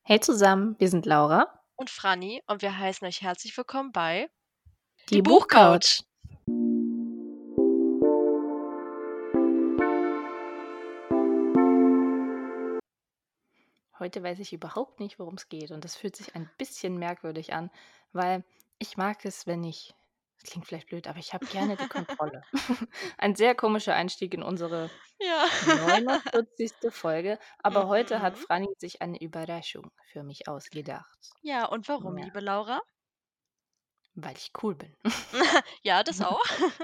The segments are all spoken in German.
Hey zusammen, wir sind Laura, Und Franny und wir heißen euch herzlich willkommen bei Die die Buchcouch. Buchcouch. Heute weiß ich überhaupt nicht, worum es geht und das fühlt sich ein bisschen merkwürdig an, weil ich mag es, das klingt vielleicht blöd, aber ich habe gerne die Kontrolle. Ein sehr komischer Einstieg in unsere Ja. 49. Folge, aber heute hat Mhm. Franny sich eine Überraschung für mich ausgedacht. Ja, und warum, Ja, liebe Laura? weil ich cool bin. Ja, das auch.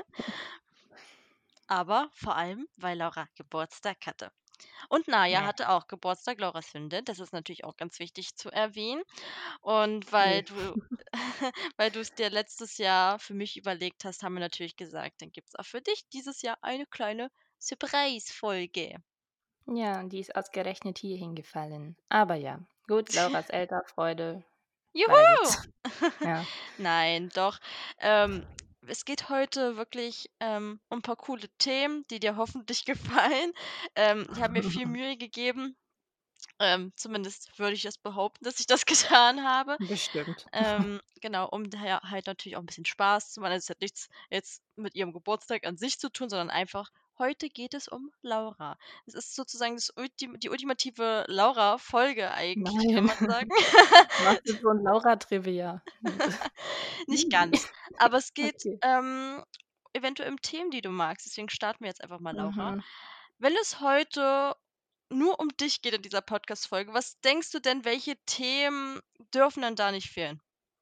Aber vor allem, weil Laura Geburtstag hatte. Und Naja Ja, hatte auch Geburtstag, Lauras Hündin. Das ist natürlich auch ganz wichtig zu erwähnen. Und weil cool. du weil du es dir letztes Jahr für mich überlegt hast, haben wir natürlich gesagt, dann gibt es auch für dich dieses Jahr eine kleine Surprise-Folge. Ja, und die ist ausgerechnet hier hingefallen. Aber ja, gut, Lauras Elternfreude, weiter Juhu! geht's. Ja. Nein, doch. Ähm, Es geht heute wirklich, um ein paar coole Themen, die dir hoffentlich gefallen. Ich habe mir viel Mühe gegeben, zumindest würde ich es behaupten, dass ich das getan habe. Bestimmt. Genau, um daher halt natürlich auch ein bisschen Spaß zu machen. Also, es hat nichts jetzt mit ihrem Geburtstag an sich zu tun, sondern einfach, heute geht es um Laura. Es ist sozusagen die ultimative Laura-Folge eigentlich, kann Nein, man sagen. machst jetzt so 'n Laura-Trivia. Nicht Ih. ganz. Aber es geht, Okay. eventuell um Themen, die du magst. Deswegen starten wir jetzt einfach mal, Laura. Mhm. Wenn es heute nur um dich geht in dieser Podcast-Folge, was denkst du denn, welche Themen dürfen denn da nicht fehlen?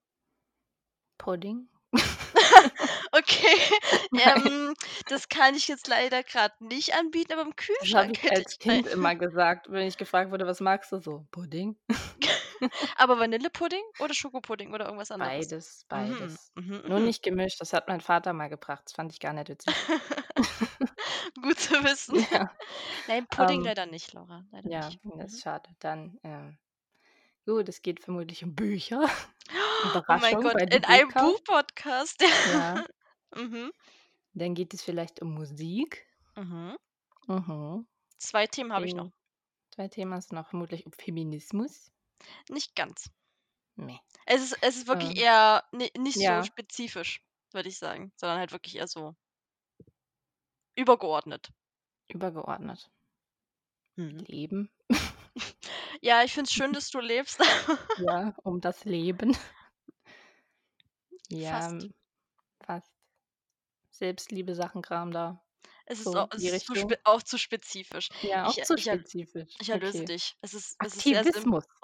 Pudding? Okay, Nein, das kann ich jetzt leider gerade nicht anbieten, aber im das habe Kühlschrank ich hätte als ich einen. Kind immer gesagt, wenn ich gefragt wurde: „Was magst du so?“ „Pudding?“ Aber Vanillepudding oder Schokopudding oder irgendwas anderes? Beides, Mhm, beides. mhm, Nur mhm. nicht gemischt, das hat mein Vater mal gebracht. Das fand ich gar nicht witzig. Gut zu wissen. Ja, Nein, Pudding ähm, leider nicht, Laura, leider ja, nicht. das ist Mhm. schade. Dann, gut, es geht vermutlich um Bücher. Oh mein Überraschung Gott, bei die in einem Buchcouch. Buchpodcast. Ja, Mhm, dann geht es vielleicht um Musik. mhm. Mhm. 2 Themen habe ich noch. In 2 Themen hast du noch vermutlich um Feminismus. Nicht ganz. Ne. Es ist wirklich Ähm, eher nicht so ja, spezifisch, würde ich sagen, sondern halt wirklich eher so übergeordnet. übergeordnet. Mhm. Leben. Ja, ich finde es schön, dass du lebst. Ja, um das Leben. Ja, Fast. fast. Selbstliebe, Sachenkram da, so Es die ist Richtung. auch zu spezifisch. Ja, Ich auch zu ich er spezifisch. ich erlöse Okay. dich. Es ist sehr simpel. Aktivismus.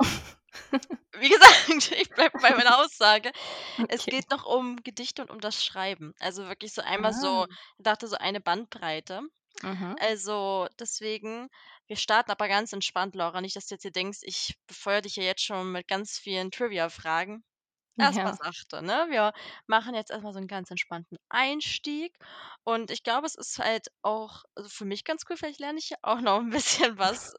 Wie gesagt, ich bleibe bei meiner Aussage. Es Okay. geht noch um Gedichte und um das Schreiben. Also wirklich so einmal Ah, so, ich dachte so eine Bandbreite. mhm. Also, deswegen, wir starten aber ganz entspannt, Laura. Nicht, dass du jetzt hier denkst, ich befeuere dich ja jetzt schon mit ganz vielen Trivia-Fragen. Erst mal Ja, sachte, ne? Wir machen jetzt erst mal so einen ganz entspannten Einstieg und ich glaube, es ist halt auch, also, für mich ganz cool, vielleicht lerne ich ja auch noch ein bisschen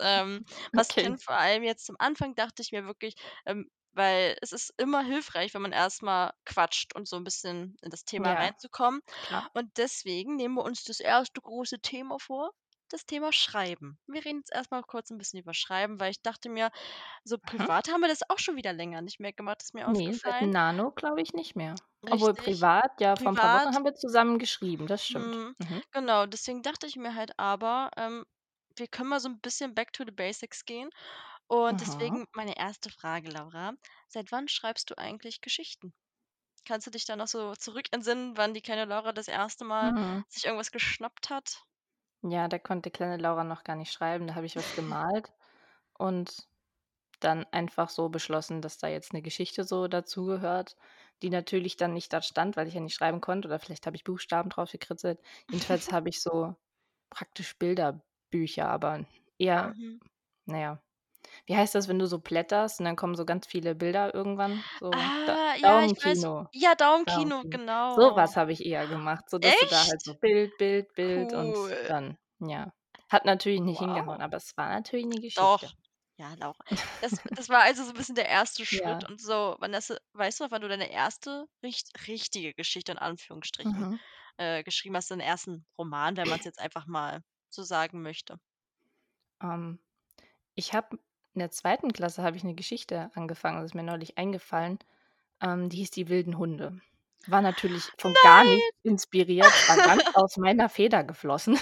was okay. kennen. Vor allem jetzt zum Anfang dachte ich mir wirklich, weil es ist immer hilfreich, wenn man erst mal quatscht und so ein bisschen in das Thema Ja, reinzukommen. klar. Und deswegen nehmen wir uns das erste große Thema vor, das Thema Schreiben. Wir reden jetzt erst mal kurz ein bisschen über Schreiben, weil ich dachte mir, so Mhm. privat haben wir das auch schon wieder länger nicht mehr gemacht, ist mir Ne, seit aufgefallen. Nano glaube ich nicht mehr. Obwohl Richtig. privat, ja, vor 'n paar Wochen Privat, haben wir zusammen geschrieben, das stimmt. mhm, Mhm. genau, deswegen dachte ich mir halt aber, wir können mal so ein bisschen back to the basics gehen. Und Mhm. deswegen meine erste Frage, Laura: Seit wann schreibst du eigentlich Geschichten? Kannst du dich da noch so zurückentsinnen, wann die kleine Laura das erste Mal Mhm. sich irgendwas geschnappt hat? Ja, da konnte kleine Laura noch gar nicht schreiben, da habe ich was gemalt und dann einfach so beschlossen, dass da jetzt 'ne Geschichte so dazugehört, die natürlich dann nicht da stand, weil ich ja nicht schreiben konnte oder vielleicht habe ich Buchstaben drauf gekritzelt. Jedenfalls habe ich so praktisch Bilderbücher, aber eher, Mhm. na ja, wie heißt das, wenn du so blätterst und dann kommen so ganz viele Bilder irgendwann? So Ah, ja, ich weiß. Daumenkino. Ja, Daumenkino, Daumenkino. So genau. was habe ich eher gemacht, sodass du da halt so Echt? Bild, Bild, Bild und Cool. dann ja. Hat natürlich nicht hingehauen, Wow. aber es war natürlich 'ne Doch. Geschichte. Ja, Laura. Das war also so 'n bisschen der erste Schritt Ja. und so, weißt du noch, wann du deine erste richtige Geschichte in Anführungsstrichen, Mhm. geschrieben hast, deinen ersten Roman, wenn man's jetzt einfach mal so sagen möchte? Ähm, ich habe in der 2. Klasse habe ich 'ne Geschichte angefangen, das ist mir neulich eingefallen, die hieß „Die wilden Hunde“. War natürlich von gar nichts Nein! inspiriert, war ganz aus meiner Feder geflossen.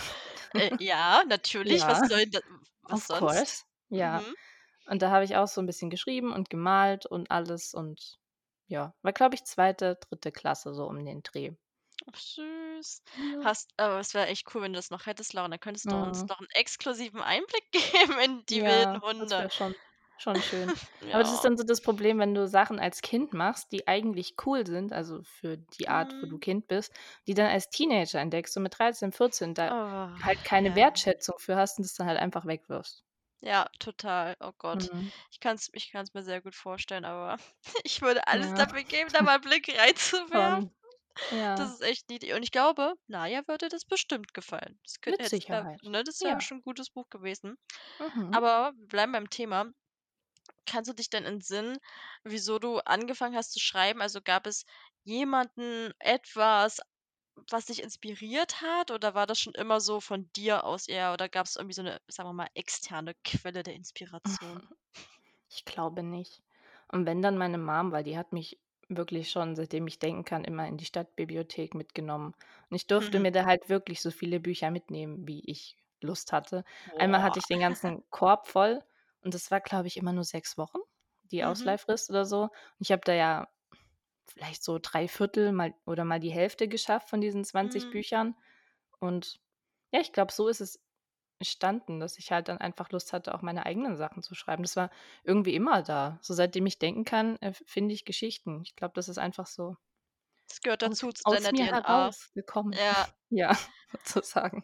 Ja, natürlich, Ja, was of sonst? course, ja. Mhm. Und da habe ich auch so 'n bisschen geschrieben und gemalt und alles und ja, war, glaube ich, 2., 3. Klasse so um den Dreh. Ach süß. Ja. Aber es wäre echt cool, wenn du das noch hättest, Laura. Dann könntest du uns Mhm. noch 'n exklusiven Einblick geben in die wilden Ja, das Hunde. wäre schon schön. Aber das ist Ja. dann so das Problem, wenn du Sachen als Kind machst, die eigentlich cool sind, also für die Art, wo du Mhm. Kind bist, die dann als Teenager entdeckst, so mit 13, 14, da Oh, halt keine ja. Wertschätzung für hast und das dann halt einfach wegwirfst. Ja, total. Oh Gott. Mhm. Ich kann's mir sehr gut vorstellen, aber ich würde alles Ja, dafür geben, da mal 'n Blick reinzuwerfen. schon. Das Ja, ist echt niedlich. Und ich glaube, Naja würde das bestimmt gefallen. Das könnt mit hätte da Sicherheit. ne, das wäre Ja. bestimmt 'n gutes Buch gewesen. Mhm. Aber wir bleiben beim Thema. Kannst du dich denn entsinnen, wieso du angefangen hast zu schreiben? Also, gab es jemanden, etwas, was dich inspiriert hat, oder war das schon immer so von dir aus eher, oder gab's irgendwie so 'ne, sagen wir mal, externe Quelle der Inspiration? Ich glaube nicht. Und wenn, dann meine Mom, weil die hat mich wirklich schon, seitdem ich denken kann, immer in die Stadtbibliothek mitgenommen. Und ich durfte mir da halt wirklich so viele Bücher mitnehmen, wie ich Lust hatte. Einmal Boah. hatte ich den ganzen Korb voll und das war, glaube ich, immer nur 6 Wochen, die Mhm, Ausleihfrist oder so. Und ich habe da ja vielleicht so 3/4 mal oder mal die Hälfte geschafft von diesen 20 mhm. Büchern. Und ja, ich glaube, so ist es entstanden, dass ich halt dann einfach Lust hatte, auch meine eigenen Sachen zu schreiben. Das war irgendwie immer da. So seitdem ich denken kann, finde ich Geschichten. Ich glaube, das ist einfach so Das gehört aus dazu zu aus deiner mir DNA. herausgekommen. Ja. Ja, sozusagen.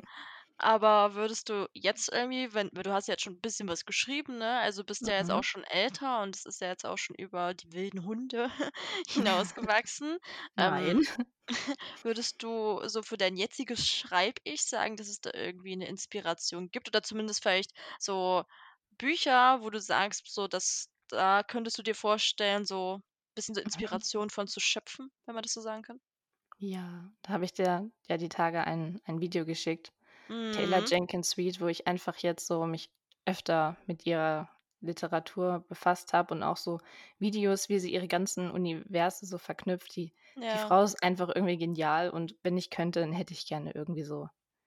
Aber würdest du jetzt irgendwie, wenn weil du hast ja jetzt schon 'n bisschen was geschrieben, ne? Also, bist ja jetzt auch Mhm. schon älter und es ist ja jetzt auch schon über die wilden Hunde hinausgewachsen. Nein. Ähm, Würdest du so für dein jetziges Schreib-Ich sagen, dass es da irgendwie 'ne Inspiration gibt, oder zumindest vielleicht so Bücher, wo du sagst, so dass da könntest du dir vorstellen, so bisschen so Mhm. Inspiration von zu schöpfen, wenn man das so sagen kann? Ja, da habe ich dir ja die Tage ein Video geschickt. Taylor Mhm. Jenkins Reid, wo ich einfach jetzt so mich öfter mit ihrer Literatur befasst habe und auch so Videos, wie sie ihre ganzen Universen so verknüpft. Die Ja. Frau ist einfach irgendwie genial und wenn ich könnte, dann hätte ich gerne irgendwie so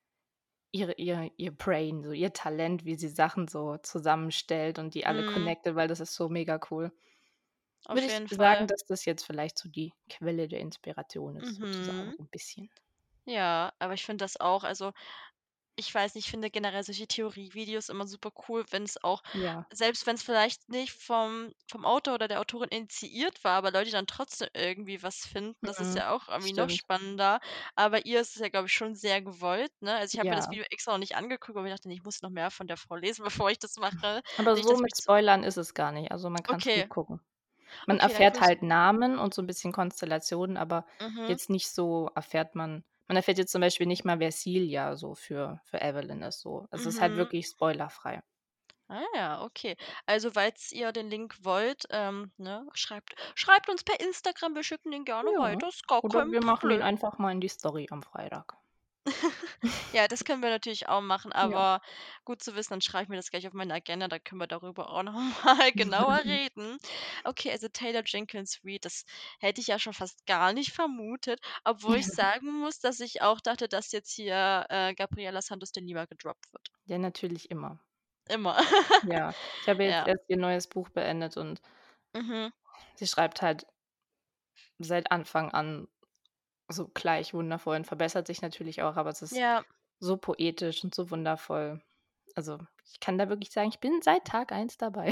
ihr Brain, so ihr Talent, wie sie Sachen so zusammenstellt und die alle Mhm. connected, weil das ist so mega cool. Würde Auf ich jeden sagen, Fall. dass das jetzt vielleicht so die Quelle der Inspiration ist, sozusagen, Mhm. so 'n bisschen. Ja, aber ich finde das auch, also, ich weiß nicht, ich finde generell solche Theorievideos immer super cool, wenn es auch, Ja, selbst wenn es vielleicht nicht vom Autor oder der Autorin initiiert war, aber Leute dann trotzdem irgendwie was finden, das ist mhm, ja auch irgendwie noch stimmt. spannender. Aber ihr ist es ja, glaube ich, schon sehr gewollt, ne? Also, ich habe mir das Ja. Video extra noch nicht angeguckt, weil ich dachte: „Nee, ich muss noch mehr von der Frau lesen, bevor ich das mache.“ Aber Nicht, so dass ich mit mich zu Spoilern ist es gar nicht. Also, man kann's Okay, gut gucken. Man okay, dann erfährt gucke ich halt Namen und so 'n bisschen Konstellationen, aber mhm, jetzt nicht so erfährt man erfährt jetzt zum Beispiel nicht mal, wer Celia so für Evelyn ist so. Es ist halt mhm. wirklich spoilerfrei. Ah ja, okay. Also, falls ihr den Link wollt, ne, schreibt uns per Instagram, wir schicken den gerne Ja. weiter, ist gar Oder kein wir machen den Problem. einfach mal in die Story am Freitag. Ja, das können wir natürlich auch machen, Ja. aber gut zu wissen, dann schreibe ich mir das gleich auf meine Agenda, da können wir darüber auch noch mal genauer reden. Okay, also Taylor Jenkins Reid, das hätte ich ja schon fast gar nicht vermutet, obwohl ich sagen muss, dass ich auch dachte, dass jetzt hier, Gabriela Santos de Lima gedroppt wird. Ja, natürlich immer. Immer. Ja. Ich habe jetzt Ja. erst ihr neues Buch beendet und Mhm. sie schreibt halt seit Anfang an so gleich wundervoll und verbessert sich natürlich auch, aber es ist Ja. so poetisch und so wundervoll. Also, ich kann da wirklich sagen, ich bin seit Tag 1 dabei.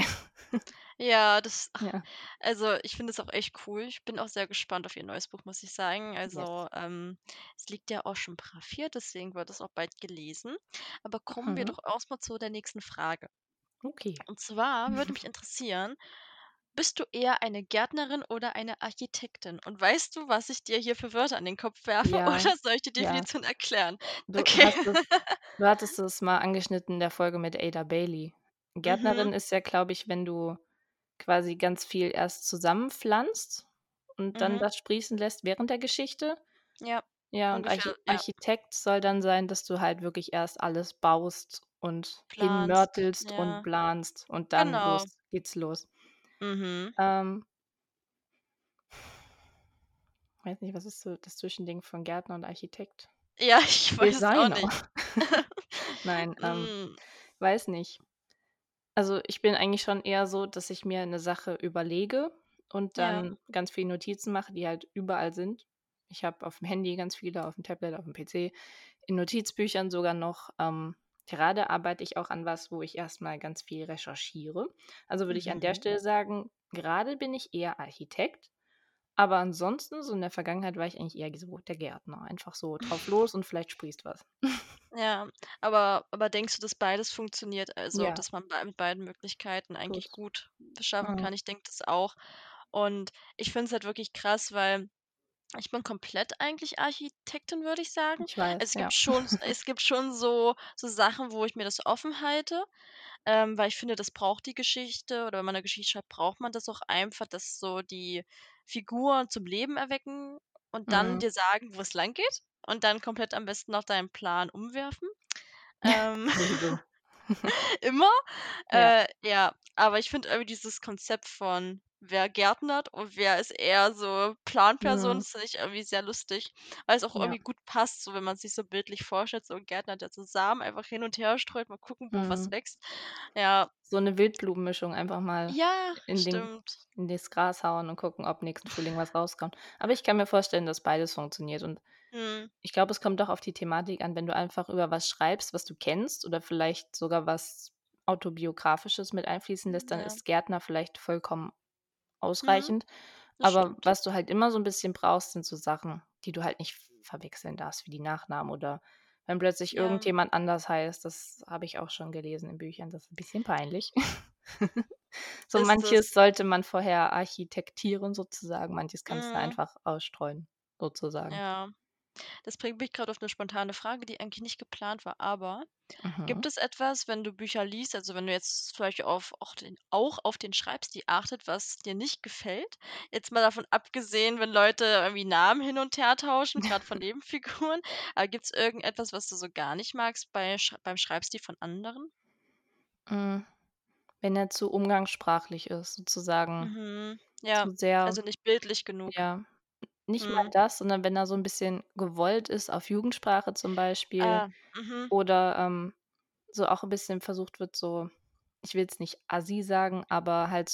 Ja, Ja, also, ich finde es auch echt cool. Ich bin auch sehr gespannt auf ihr neues Buch, muss ich sagen. yes. Also, es liegt ja auch schon brachiert, deswegen wird es auch bald gelesen. Aber kommen wir Mhm. doch erst mal zu der nächsten Frage. Okay. Und zwar würde mich interessieren, bist du eher eine Gärtnerin oder eine Architektin? Und weißt du, was ich dir hier für Wörter an den Kopf werfe, Ja, oder soll ich die ja. Definition erklären? Du Okay. hast es du hattest es mal angeschnitten in der Folge mit Ada Bailey. Mhm. Gärtnerin ist ja, glaube ich, wenn du quasi ganz viel erst zusammenpflanzt und dann Mhm. das sprießen lässt während der Geschichte. Ja, Ja, und ungefähr, ja. Architekt soll dann sein, dass du halt wirklich erst alles baust und Planst. hinmörtelst und Ja, planst und dann genau. los geht's los. Mhm. Ähm, weiß nicht, was ist so das Zwischending von Gärtner und Architekt? Ja, ich weiß es auch Designer. nicht. Nein, Hm, weiß nicht. Also, ich bin eigentlich schon eher so, dass ich mir 'ne Sache überlege und ja. dann ganz viele Notizen mache, die halt überall sind. Ich habe aufm Handy ganz viele, aufm Tablet, aufm PC, in Notizbüchern sogar noch. Gerade arbeite ich auch an was, wo ich erst mal ganz viel recherchiere. Also, würde ich an der Mhm. Stelle sagen, grade bin ich eher Architekt, aber ansonsten, so in der Vergangenheit, war ich eigentlich eher so der Gärtner. Einfach so drauf los und vielleicht sprießt was. Ja, aber denkst du, dass beides funktioniert? Also, Ja, dass man mit beiden Möglichkeiten eigentlich tut's. gut beschaffen Mhm. kann? Ich denke das auch. Und ich finde es halt wirklich krass, weil ich bin komplett eigentlich Architektin, würde ich sagen. Ich weiß, Also, ja. es gibt schon so Sachen, wo ich mir das offen halte, weil ich finde, das braucht die Geschichte oder wenn man 'ne Geschichte schreibt, braucht man das auch einfach, dass so die Figuren zum Leben erwecken und dann Mhm. dir sagen, wo es lang geht und dann komplett am besten noch deinen Plan umwerfen. Ähm, Sowieso. immer. Ja. Ja, aber ich finde irgendwie dieses Konzept von wer gärtnert und wer ist eher so Planperson, Mhm. das finde ich irgendwie sehr lustig, weil es auch Ja. irgendwie gut passt, so wenn man sich so bildlich vorstellt, so 'n Gärtner, der so Samen einfach hin und her streut, mal gucken, wo was Mhm. wächst. Ja. So 'ne Wildblumenmischung einfach mal Ja, in den stimmt. in das Gras hauen und gucken, ob nächsten Frühling was rauskommt. Aber ich kann mir vorstellen, dass beides funktioniert und Mhm. ich glaube, es kommt doch auf die Thematik an, wenn du einfach über was schreibst, was du kennst oder vielleicht sogar was Autobiografisches mit einfließen lässt, dann Ja. ist Gärtner vielleicht vollkommen Mhm. ausreichend. Das Aber stimmt. was du halt immer so 'n bisschen brauchst, sind so Sachen, die du halt nicht verwechseln darfst, wie die Nachnamen oder wenn plötzlich Ja. irgendjemand anders heißt. Das habe ich auch schon gelesen in Büchern. Das ist 'n bisschen peinlich. So Ist es. manches sollte man vorher architektieren sozusagen, manches kannst du Mhm. einfach ausstreuen, sozusagen. Ja. Das bringt mich grad auf 'ne spontane Frage, die eigentlich nicht geplant war, aber Mhm. gibt es etwas, wenn du Bücher liest, also wenn du jetzt vielleicht auch auf den schreibst, die achtet, was dir nicht gefällt? Jetzt mal davon abgesehen, wenn Leute irgendwie Namen hin und her tauschen, grad von Nebenfiguren. Aber gibt's irgendetwas, was du so gar nicht magst beim Schreibstil von anderen? Hm, wenn er zu umgangssprachlich ist, sozusagen Mhm. Ja, zu sehr also nicht bildlich genug. ja, nicht mal Mhm. das, sondern wenn er so 'n bisschen gewollt ist auf Jugendsprache zum Beispiel Ah, mhm. oder, so auch 'n bisschen versucht wird, so ich will's nicht Assi sagen, aber halt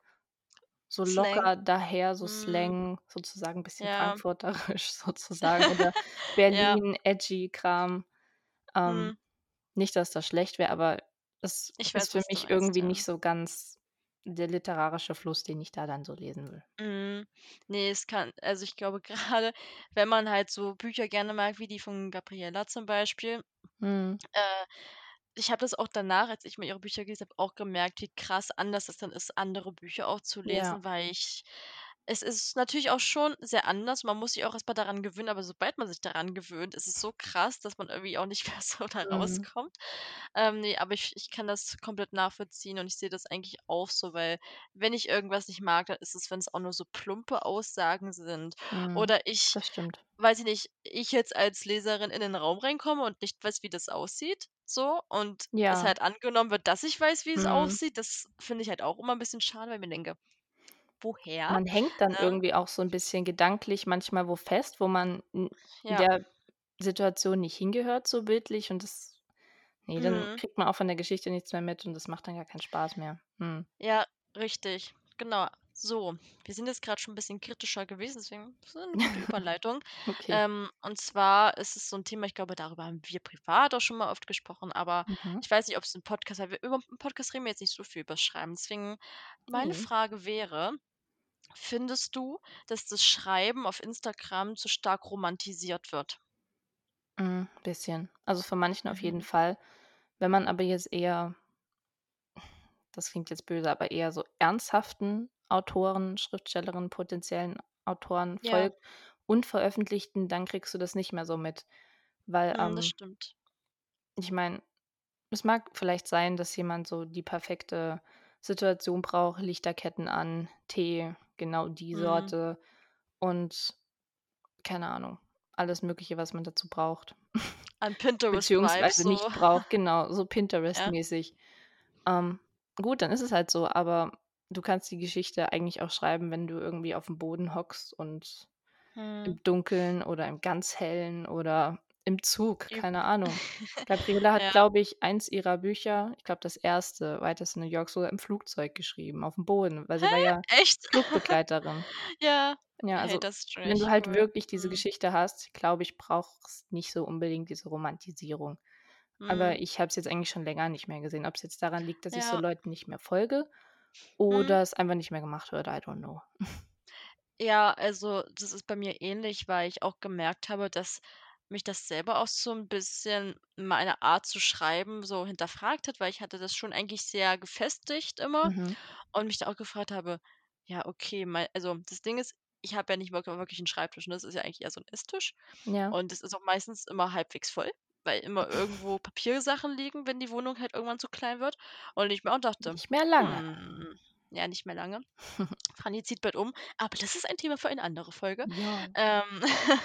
so Slang. locker daher, so Mhm. Slang, sozusagen bisschen Ja, frankfurterisch sozusagen oder ja. Berlin, edgy Kram. Ähm, Mhm. nicht, dass das schlecht wäre, aber es Ich ist weiß, für was du mich meinst, irgendwie ja. nicht so ganz der literarische Fluss, den ich da dann so lesen will. Mhm. Ne, also, ich glaube, grade, wenn man halt so Bücher gerne mag, wie die von Gabriella zum Beispiel, Mhm. äh, ich habe das auch danach, als ich mir ihre Bücher gelesen habe, auch gemerkt, wie krass anders es dann ist, andere Bücher auch zu Ja. lesen, weil ich es ist natürlich auch schon sehr anders. Man muss sich auch erst mal daran gewöhnen, aber sobald man sich daran gewöhnt, ist es so krass, dass man irgendwie auch nicht mehr so da Mhm. rauskommt. Ne, aber ich kann das komplett nachvollziehen und ich sehe das eigentlich auch so, weil wenn ich irgendwas nicht mag, dann ist es, wenn es auch nur so plumpe Aussagen sind Mhm. oder ich Das stimmt. weiß ich nicht, ich jetzt als Leserin in den Raum reinkomme und nicht weiß, wie das aussieht, so, und es Ja. halt angenommen wird, dass ich weiß, wie es Mhm. aussieht, das finde ich halt auch immer 'n bisschen schade, weil ich mir denke: „Woher?“ Man hängt dann Ne? irgendwie auch so 'n bisschen gedanklich manchmal wo fest, wo man in Ja. der Situation nicht hingehört so bildlich und das ne, dann Mhm. kriegt man auch von der Geschichte nichts mehr mit und das macht dann gar keinen Spaß mehr. Mhm. Ja, richtig. Genau. So, wir sind jetzt grad schon 'n bisschen kritischer gewesen, deswegen ist 'ne gute Überleitung. Okay. Und zwar ist es so 'n Thema, ich glaube, darüber haben wir privat auch schon mal oft gesprochen, aber Mhm. ich weiß nicht, ob's im Podcast weil wir über im Podcast reden wir jetzt nicht so viel übers Schreiben. Deswegen meine Ne. Frage wäre: Findest du, dass das Schreiben auf Instagram zu stark romantisiert wird? Bisschen. Also, von manchen auf jeden Mhm. Fall. Wenn man aber jetzt eher das klingt jetzt böse, aber eher so ernsthaften Autoren, Schriftstellerinnen, potenziellen Autoren Ja, folgt und Veröffentlichten, dann kriegst du das nicht mehr so mit. Weil, das stimmt. ich meine, es mag vielleicht sein, dass jemand so die perfekte Situation braucht, Lichterketten an, Tee, genau die Mhm. Sorte und keine Ahnung, alles Mögliche, was man dazu braucht. An Pinterest-Vibes beziehungsweise so, nicht braucht. Genau, so ja. Pinterest-mäßig. Ähm, gut, dann ist es halt so, aber du kannst die Geschichte eigentlich auch schreiben, wenn du irgendwie aufm Boden hockst und Mhm. im Dunkeln oder im ganz Hellen oder im Zug, Üb keine Ahnung. Gabriele hat, Ja. glaube ich, eins ihrer Bücher, ich glaube, das erste, „Weitest in New York", sogar im Flugzeug geschrieben, aufm Boden, weil Hä? sie war ja Echt? Flugbegleiterin. Ja. Ja, Hey, also, das ist schon wenn du echt halt cool. wirklich diese Mhm. Geschichte hast, glaube ich, brauchst nicht so unbedingt diese Romantisierung. Mhm. Aber ich habe es jetzt eigentlich schon länger nicht mehr gesehen. Ob's jetzt daran liegt, dass ich so Ja. Leuten nicht mehr folge Mhm. oder es einfach nicht mehr gemacht wird, I don't know. Ja, also, das ist bei mir ähnlich, weil ich auch gemerkt habe, dass mich das selber auch so 'n bisschen meine Art zu schreiben so hinterfragt hat, weil ich hatte das schon eigentlich sehr gefestigt immer Mhm. und mich da auch gefragt habe: „Ja, okay, also, das Ding ist, ich habe ja nicht wirklich 'n Schreibtisch, ne? Das ist ja eigentlich eher so 'n Esstisch Ja. und es ist auch meistens immer halbwegs voll, weil immer irgendwo Papiersachen liegen, wenn die Wohnung halt irgendwann zu klein wird und ich mir auch dachte: Nicht mehr lange. „Hm, ja, nicht mehr lange.“ Franni zieht bald um, aber das ist ein Thema für eine andere Folge. Ja. Ähm,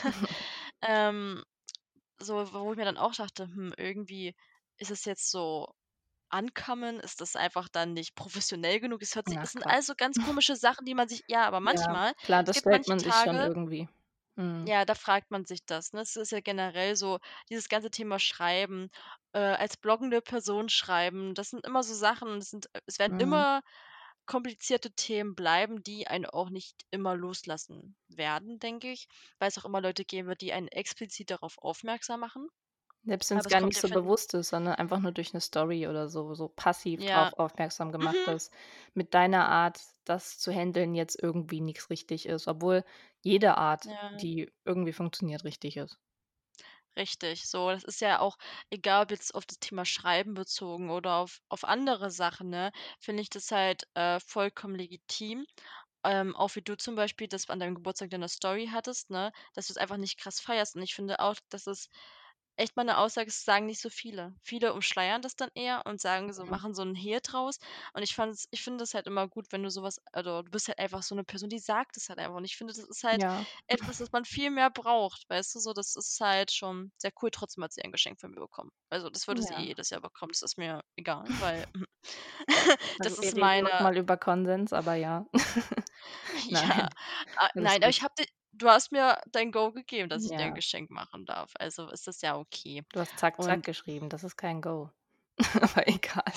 ähm, so, wo ich mir dann auch dachte: „Hm, irgendwie ist es jetzt so uncommon? Ist das einfach dann nicht professionell genug?“ Ach Es sind Quatsch. also ganz komische Sachen, die man sich ja, aber Ja, manchmal klar, es das gibt stellt manche man sich schon Tage, irgendwie. Mhm. ja, da fragt man sich das, ne? Es ist ja generell so, dieses ganze Thema Schreiben, als bloggende Person schreiben, das sind immer so Sachen, es werden Mhm. immer komplizierte Themen bleiben, die einen auch nicht immer loslassen werden, denke ich, weil es auch immer Leute geben wird, die einen explizit darauf aufmerksam machen. Selbst wenn's Aber es gar kommt nicht ja so von bewusst ist, sondern einfach nur durch 'ne Story oder so passiv ja, drauf aufmerksam gemacht, mhm, dass mit deiner Art, das zu händeln, jetzt irgendwie nix richtig ist, obwohl jede Art, ja. die irgendwie funktioniert, richtig ist. Richtig, so. Das ist ja auch egal, ob jetzt auf das Thema Schreiben bezogen oder auf andere Sachen, ne, finde ich das halt, vollkommen legitim. Auch wie du zum Beispiel das an deinem Geburtstag deine Story hattest, ne, dass du es einfach nicht krass feierst. Und ich finde auch, das ist echt mal 'ne Aussage, das sagen nicht so viele. Viele umschleiern das dann eher und sagen so, Mhm. machen so 'n Hehl draus. Und ich finde es halt immer gut, wenn du so was, also, du bist halt einfach so 'ne Person, die sagt es halt einfach. Und ich finde, das ist halt Ja, etwas, das man viel mehr braucht, weißt du, so? Das ist halt schon sehr cool. Trotzdem hat sie ein Geschenk von mir bekommen. Also, das würde sie eh ja. jedes Jahr bekommen. Das ist mir egal, weil Also, das wir ist reden noch meine mal über Konsens, aber ja. ja, Nein, alles nein, aber gut. du hast mir dein Go gegeben, dass ich dir 'n Ja, Geschenk machen darf. Also, ist das ja okay. du hast „zack, zack" Und geschrieben, das ist kein Go. Aber egal.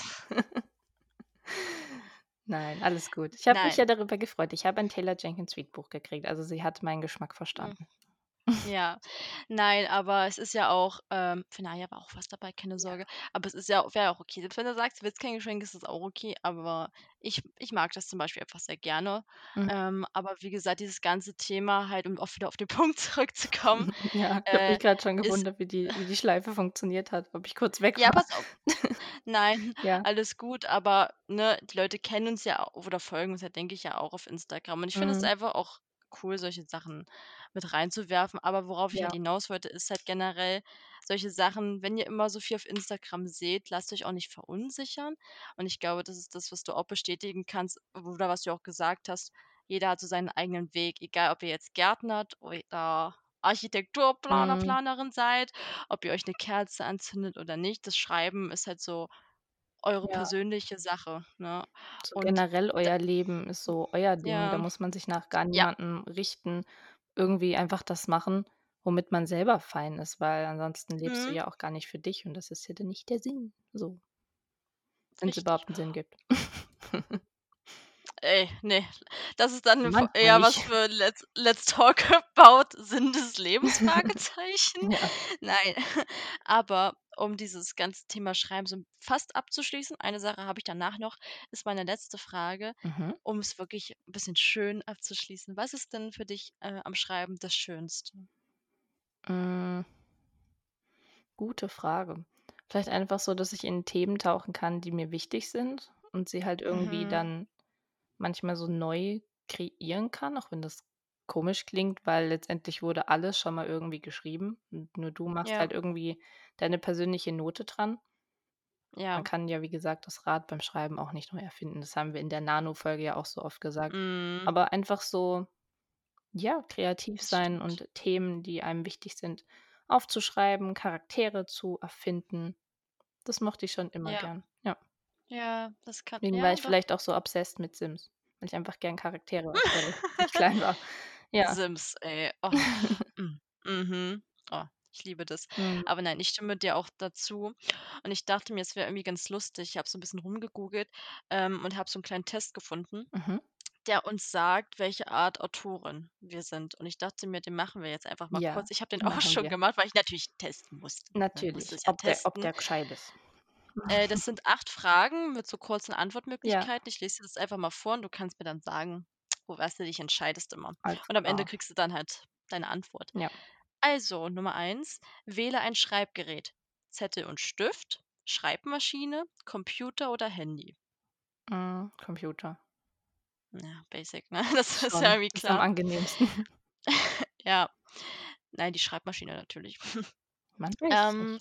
Nein, alles gut. Ich habe mich nein. ja darüber gefreut. Ich habe ein Taylor Jenkins Reid Buch gekriegt, also sie hat meinen Geschmack Hm. verstanden. Ja, nein, aber es ist ja auch, für Naya war auch was dabei, keine Ja. Sorge. Aber es ist ja wäre auch okay. Selbst wenn du sagst, du willst kein Geschenk, ist das auch okay, aber ich mag das zum Beispiel einfach sehr gerne. Mhm. Aber wie gesagt, dieses ganze Thema halt, um auch wieder auf den Punkt zurückzukommen, Ja, ich habe äh, mich grad schon ist gewundert, wie die Schleife funktioniert hat, ob ich kurz weg ja, war. pass auf. Nein, Ja. alles gut, aber, ne, die Leute kennen uns ja oder folgen uns ja, denke ich, ja auch auf Instagram. Und ich finde es Mhm. einfach auch cool, solche Sachen mit reinzuwerfen. Aber worauf ich halt Ja. hinaus wollte, ist halt generell solche Sachen, wenn ihr immer so viel auf Instagram seht, lasst euch auch nicht verunsichern. Und ich glaube, das ist das, was du auch bestätigen kannst oder was du auch gesagt hast. Jeder hat so seinen eigenen Weg, egal ob ihr jetzt gärtnert oder Architekturplaner, Mhm. Planerin seid, ob ihr euch eine Kerze anzündet oder nicht. Das Schreiben ist halt so eure Ja. persönliche Sache, ne? So Und generell d euer Leben ist so euer Ding. Da ja, muss man sich nach gar ja, niemandem richten. Irgendwie einfach das machen, womit man selber fein ist, weil ansonsten lebst du mhm, ja auch gar nicht für dich und das ist ja dann nicht der Sinn, so, wenn's richtig. überhaupt 'n Sinn gibt. Ey, ne, das ist dann Manchmal eher was nicht. für Let's talk about Sinn des Lebens, Fragezeichen. Ja. Nein, aber um dieses ganze Thema Schreiben so fast abzuschließen, eine Sache habe ich danach noch, ist meine letzte Frage, Mhm. um es wirklich 'n bisschen schön abzuschließen. Was ist denn für dich, am Schreiben das Schönste? Hm, gute Frage. Vielleicht einfach so, dass ich in Themen tauchen kann, die mir wichtig sind und sie halt irgendwie Mhm, dann manchmal so neu kreieren kann, auch wenn das komisch klingt, weil letztendlich wurde alles schon mal irgendwie geschrieben und nur du machst ja, halt irgendwie deine persönliche Note dran. Man ja, kann ja, wie gesagt, das Rad beim Schreiben auch nicht neu erfinden. Das haben wir in der Nano-Folge ja auch so oft gesagt. mhm, Aber einfach so, ja, kreativ das sein stimmt. und Themen, die einem wichtig sind, aufzuschreiben, Charaktere zu erfinden. Das mochte ich schon immer Ja, gern, ja. ja, das kann Deswegen war ja ich doch. vielleicht auch so obsessed mit Sims, weil ich einfach gern Charaktere erstelle, als ich klein war. Ja. Sims, ey. Oh, mhm. Oh, ich liebe das. Mhm, Aber nein, ich stimme dir auch dazu. Und ich dachte mir, es wäre irgendwie ganz lustig. Ich habe so ein bisschen rumgegoogelt, und habe so einen kleinen Test gefunden, mhm. der uns sagt, welche Art Autorin wir sind. Und ich dachte mir, den machen wir jetzt einfach mal Ja, kurz. Ich habe den auch machen schon wir. gemacht, weil ich natürlich testen musste, ne? Musste Natürlich, es ja ob der testen. gescheit ist. Das sind 8 Fragen mit so kurzen Ja, Antwortmöglichkeiten. Ich lese dir das einfach mal vor und du kannst mir dann sagen, wo was du dich entscheidest immer. alles Und am Ende klar. kriegst du dann halt deine Antwort. Ja, Also, Nummer eins: Wähle ein Schreibgerät. Zettel und Stift, Schreibmaschine, Computer oder Handy? Computer. Ja, basic, ne? Das ist ja Schon, irgendwie ist am klar. angenehmsten. Ja. Nein, die Schreibmaschine natürlich. Man weiß es Ähm, nicht.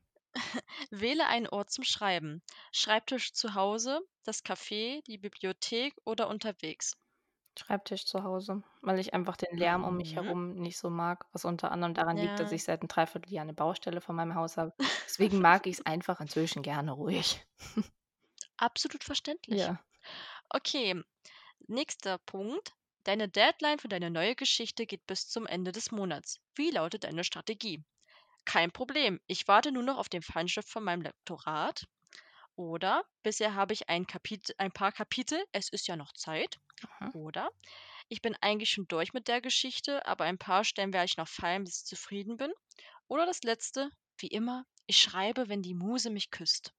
wähle einen Ort zum Schreiben. Schreibtisch zu Hause, das Café, die Bibliothek oder unterwegs? Schreibtisch zu Hause, weil ich einfach den Lärm um mich Mhm. herum nicht so mag, was unter anderem daran liegt, dass Ja, ich seit 'n Dreivierteljahr 'ne Baustelle vor meinem Haus habe. Deswegen mag ich's einfach inzwischen gerne ruhig. absolut verständlich. Ja. Okay, nächster Punkt. Deine Deadline für deine neue Geschichte geht bis zum Ende des Monats. Wie lautet deine Strategie? Kein Problem. Ich warte nur noch auf den Feinschliff von meinem Lektorat. Oder bisher habe ich ein paar Kapitel. Es ist ja noch Zeit. Mhm. Oder ich bin eigentlich schon durch mit der Geschichte, aber ein paar Stellen werde ich noch feilen, bis ich zufrieden bin. Oder das letzte, wie immer, ich schreibe, wenn die Muse mich küsst.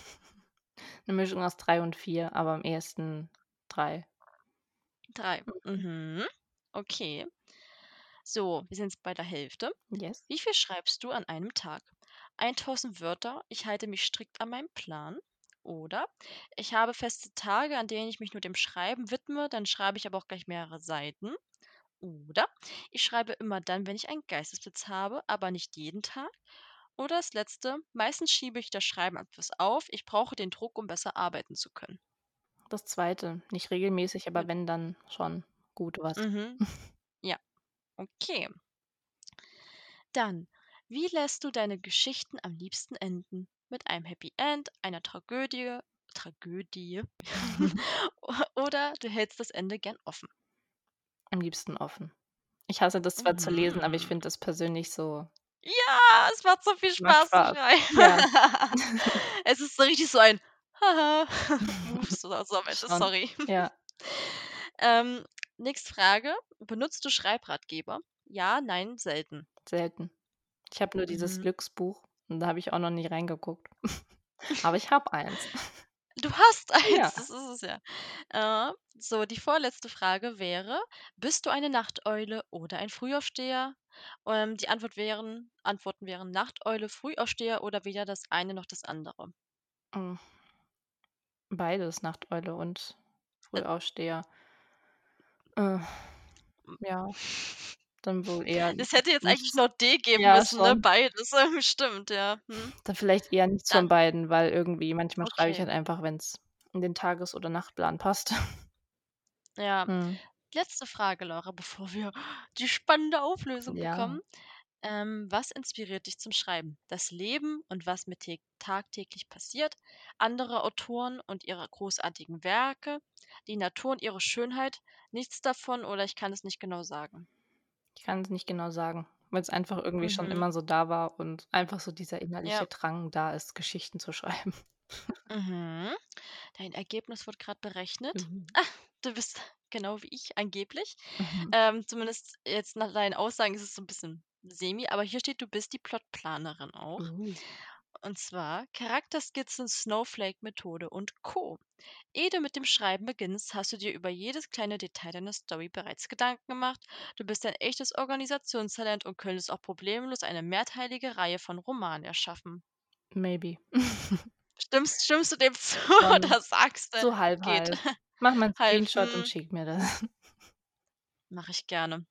'Ne Mischung aus 3 und 4, aber am ehesten 3. 3. Mhm. Mhm. Okay. So, wir sind jetzt bei der Hälfte. Yes. Wie viel schreibst du an einem Tag? 1000 Wörter, ich halte mich strikt an meinen Plan. Oder ich habe feste Tage, an denen ich mich nur dem Schreiben widme, dann schreibe ich aber auch gleich mehrere Seiten. Oder ich schreibe immer dann, wenn ich einen Geistesblitz habe, aber nicht jeden Tag. Oder das letzte, meistens schiebe ich das Schreiben etwas auf, ich brauche den Druck, um besser arbeiten zu können. Das Zweite, nicht regelmäßig, aber Mit wenn, dann schon gut was. mhm, ja, okay. Dann, wie lässt du deine Geschichten am liebsten enden? Mit einem Happy End, einer Tragödie oder du hältst das Ende gern offen? Am liebsten offen. Ich hasse das zwar zu lesen, aber ich Mhm. finde das persönlich so Ja, es macht so viel macht Spaß zu Spaß. schreiben. Ja, Es ist so richtig so ein Haha Moves oder so am Ende, schon. sorry. Ja, Ähm, nächste Frage. Benutzt du Schreibratgeber? Ja, nein, selten. selten. Ich habe nur dieses Mhm. Glücksbuch und da habe ich auch noch nie reingeguckt. Aber ich habe eins. Du hast Ja, eins, das ist es ja. So, die vorletzte Frage wäre: Bist du eine Nachteule oder ein Frühaufsteher? Die Antworten wären Nachteule, Frühaufsteher oder weder das eine noch das andere. hm, beides, Nachteule und Äh, Frühaufsteher. Äh, ja, dann wohl eher Es hätte jetzt eigentlich nichts. noch D geben Ja, müssen, ne? schon. Beides. Stimmt, ja. Mhm. Dann vielleicht eher nichts von Dann beiden, weil irgendwie manchmal schreibe ich okay. halt einfach, wenn's in den Tages oder Nachtplan passt. Ja. Mhm. Letzte Frage, Laura, bevor wir die spannende Auflösung bekommen. Ja, Was inspiriert dich zum Schreiben? Das Leben und was mit tagtäglich passiert, andere Autoren und ihre großartigen Werke, die Natur und ihre Schönheit, nichts davon oder ich kann es nicht genau sagen. ich kann's nicht genau sagen, weil's einfach irgendwie schon Mhm. immer so da war und einfach so dieser Ja. innerliche Drang da ist, Geschichten zu schreiben. Mhm. Dein Ergebnis wird gerade berechnet. Mhm. Ah, du bist genau wie ich, angeblich. Mhm. Zumindest jetzt nach deinen Aussagen ist es so ein bisschen semi, aber hier steht, du bist die Plotplanerin auch. Uh. Und zwar Charakterskizzen, Snowflake-Methode und Co. Ehe du mit dem Schreiben beginnst, hast du dir über jedes kleine Detail deiner Story bereits Gedanken gemacht. Du bist ein echtes Organisationstalent und könntest auch problemlos eine mehrteilige Reihe von Romanen erschaffen. Maybe. Stimmst du dem zu Schon oder sagst du, so halb, geht? halb. Mach mal 'n Halb, Screenshot und schick mir das. mache ich gerne.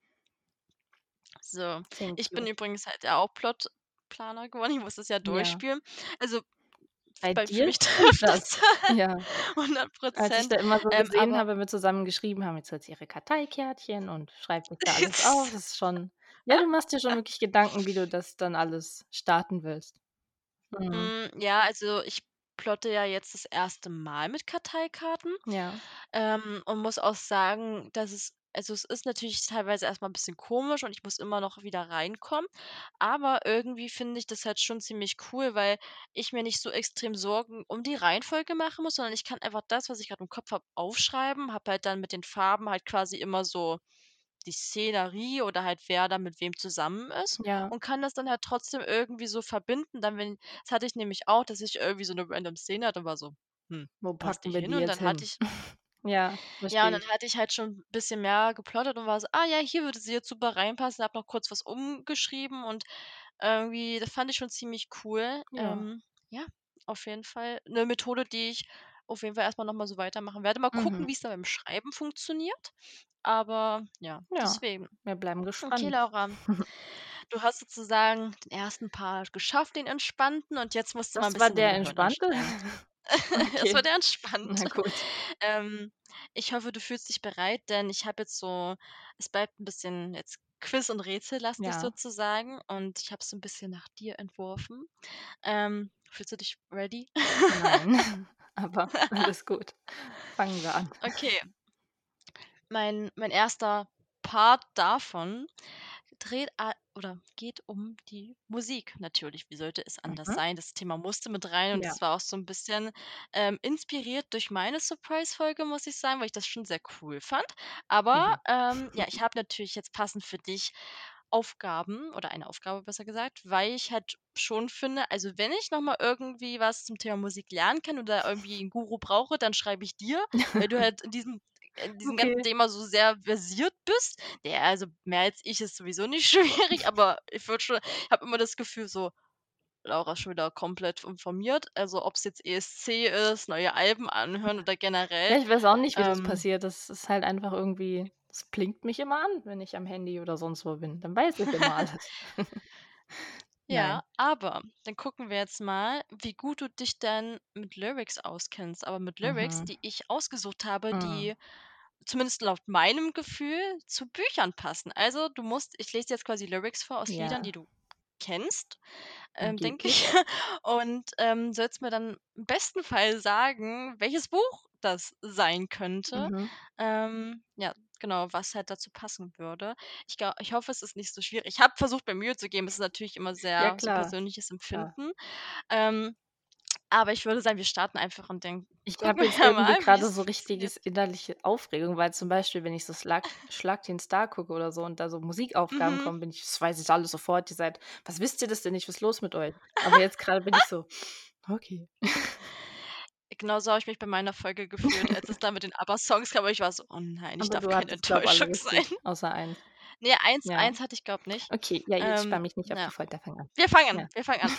So, Thank ich bin you. übrigens halt ja auch Plotplaner geworden. Ich muss das ja Ja. durchspielen. Also, Bei für dir mich stimmt trifft das. das Ja. hundert Als ich Prozent. Prozent. da immer so gesehen Aber habe, wenn wir zusammen geschrieben haben, jetzt holt sie ihre Karteikärtchen und schreibt sich da alles auf. Das ist schon Ja, du machst dir schon wirklich Gedanken, wie du das dann alles starten willst. Mhm. Ja, also ich plotte ja jetzt das erste Mal mit Karteikarten, Ja, und muss auch sagen, dass es ist natürlich teilweise erst mal 'n bisschen komisch und ich muss immer noch wieder reinkommen, aber irgendwie finde ich das halt schon ziemlich cool, weil ich mir nicht so extrem Sorgen um die Reihenfolge machen muss, sondern ich kann einfach das, was ich grad im Kopf habe, aufschreiben, habe halt dann mit den Farben halt quasi immer so die Szenerie oder halt wer da mit wem zusammen ist ja. und kann das dann halt trotzdem irgendwie so verbinden. Dann, wenn das hatte ich nämlich auch, dass ich irgendwie so 'ne random Szene hatte und war so: „Hm, Wo passt die packen wir hin?“ die Und jetzt dann hatte hin? ich Ja, ja, und verstehe dann ich. hatte ich halt schon 'n bisschen mehr geplottet und war so: „Ah ja, hier würde sie jetzt super reinpassen.“ Habe noch kurz was umgeschrieben und irgendwie das fand ich schon ziemlich cool. Ja. Ja, auf jeden Fall 'ne Methode, die ich auf jeden Fall erst mal noch mal so weitermachen werde. Mal Mhm. gucken, wie's dann beim Schreiben funktioniert. Aber ja, Ja, deswegen. wir bleiben Okay, gespannt. Laura, du hast sozusagen den ersten Part geschafft, den entspannten, und jetzt musst du mal 'n Das war bisschen dein der Gehirn entspannte? anstrengen. Das war Okay, der na entspannte. gut. Ähm, ich hoffe, du fühlst dich bereit, denn ich habe jetzt so es bleibt 'n bisschen jetzt quiz und rätsellastig Ja, sozusagen und ich habe es so 'n bisschen nach dir entworfen. Fühlst du dich ready? nein, aber alles gut. Fangen wir an. Okay, mein erster Part davon dreht a oder geht um die Musik natürlich. Wie sollte es anders Mhm. sein? Das Thema musste mit rein und Ja. es war auch so 'n bisschen, inspiriert durch meine Surprise-Folge, muss ich sagen, weil ich das schon sehr cool fand. Aber, Mhm. ja, ich habe natürlich jetzt passend für dich Aufgaben oder eine Aufgabe besser gesagt, weil ich halt schon finde, also, wenn ich noch mal irgendwie was zum Thema Musik lernen kann oder irgendwie 'n Guru brauche, dann schreibe ich dir, weil du halt in diesem ganzen Okay. Thema so sehr versiert bist. Ja, also, mehr als ich ist sowieso nicht schwierig, aber ich habe immer das Gefühl so, Laura ist schon wieder komplett informiert. Also, ob's jetzt ESC ist, neue Alben anhören oder Ja, generell. ich weiß auch nicht, wie das Ähm, passiert. Das ist halt einfach irgendwie das blinkt mich immer an, wenn ich am Handy oder sonst wo bin. Dann weiß ich immer alles. ja, Nein. aber dann gucken wir jetzt mal, wie gut du dich denn mit Lyrics auskennst, aber mit Lyrics, Mhm. die ich ausgesucht habe, Mhm. die zumindest laut meinem Gefühl zu Büchern passen. Also, ich lese jetzt quasi Lyrics vor aus Liedern, die Ja, du kennst, denke ich. angeblich. Und, sollst mir dann im besten Fall sagen, welches Buch das sein könnte. Mhm. Ja, genau, was halt dazu passen würde. Ich hoffe, es ist nicht so schwierig. Ich habe versucht, mir Mühe zu geben. Es ist natürlich immer Ja sehr so klar, persönliches klar. Empfinden. Ähm, aber ich würde sagen, wir starten einfach und dann Ich gucken habe wir jetzt ja irgendwie mal, wie grade es so funktioniert. richtiges innerliche Aufregung, weil zum Beispiel, wenn ich so Schlag den Star gucke oder so und da so Musikaufgaben Mhm. kommen, bin ich das weiß ich alles sofort. Ihr seid: „Was wisst ihr das denn nicht? Was ist los mit euch?“ Aber jetzt grade bin ich so: „Okay.“ Genauso habe ich mich bei meiner Folge gefühlt, als es dann mit den ABBA-Songs kam, und ich war so: „Oh nein, ich Aber darf du keine hattest, glaube alle Enttäuschung sein.“ richtig, außer eins. Ne, Ja. eins hatte ich, glaube nicht. Okay, ja, jetzt spann mich nicht auf Ja. die Folter, fang an. Wir fangen Ja. an, wir fangen an.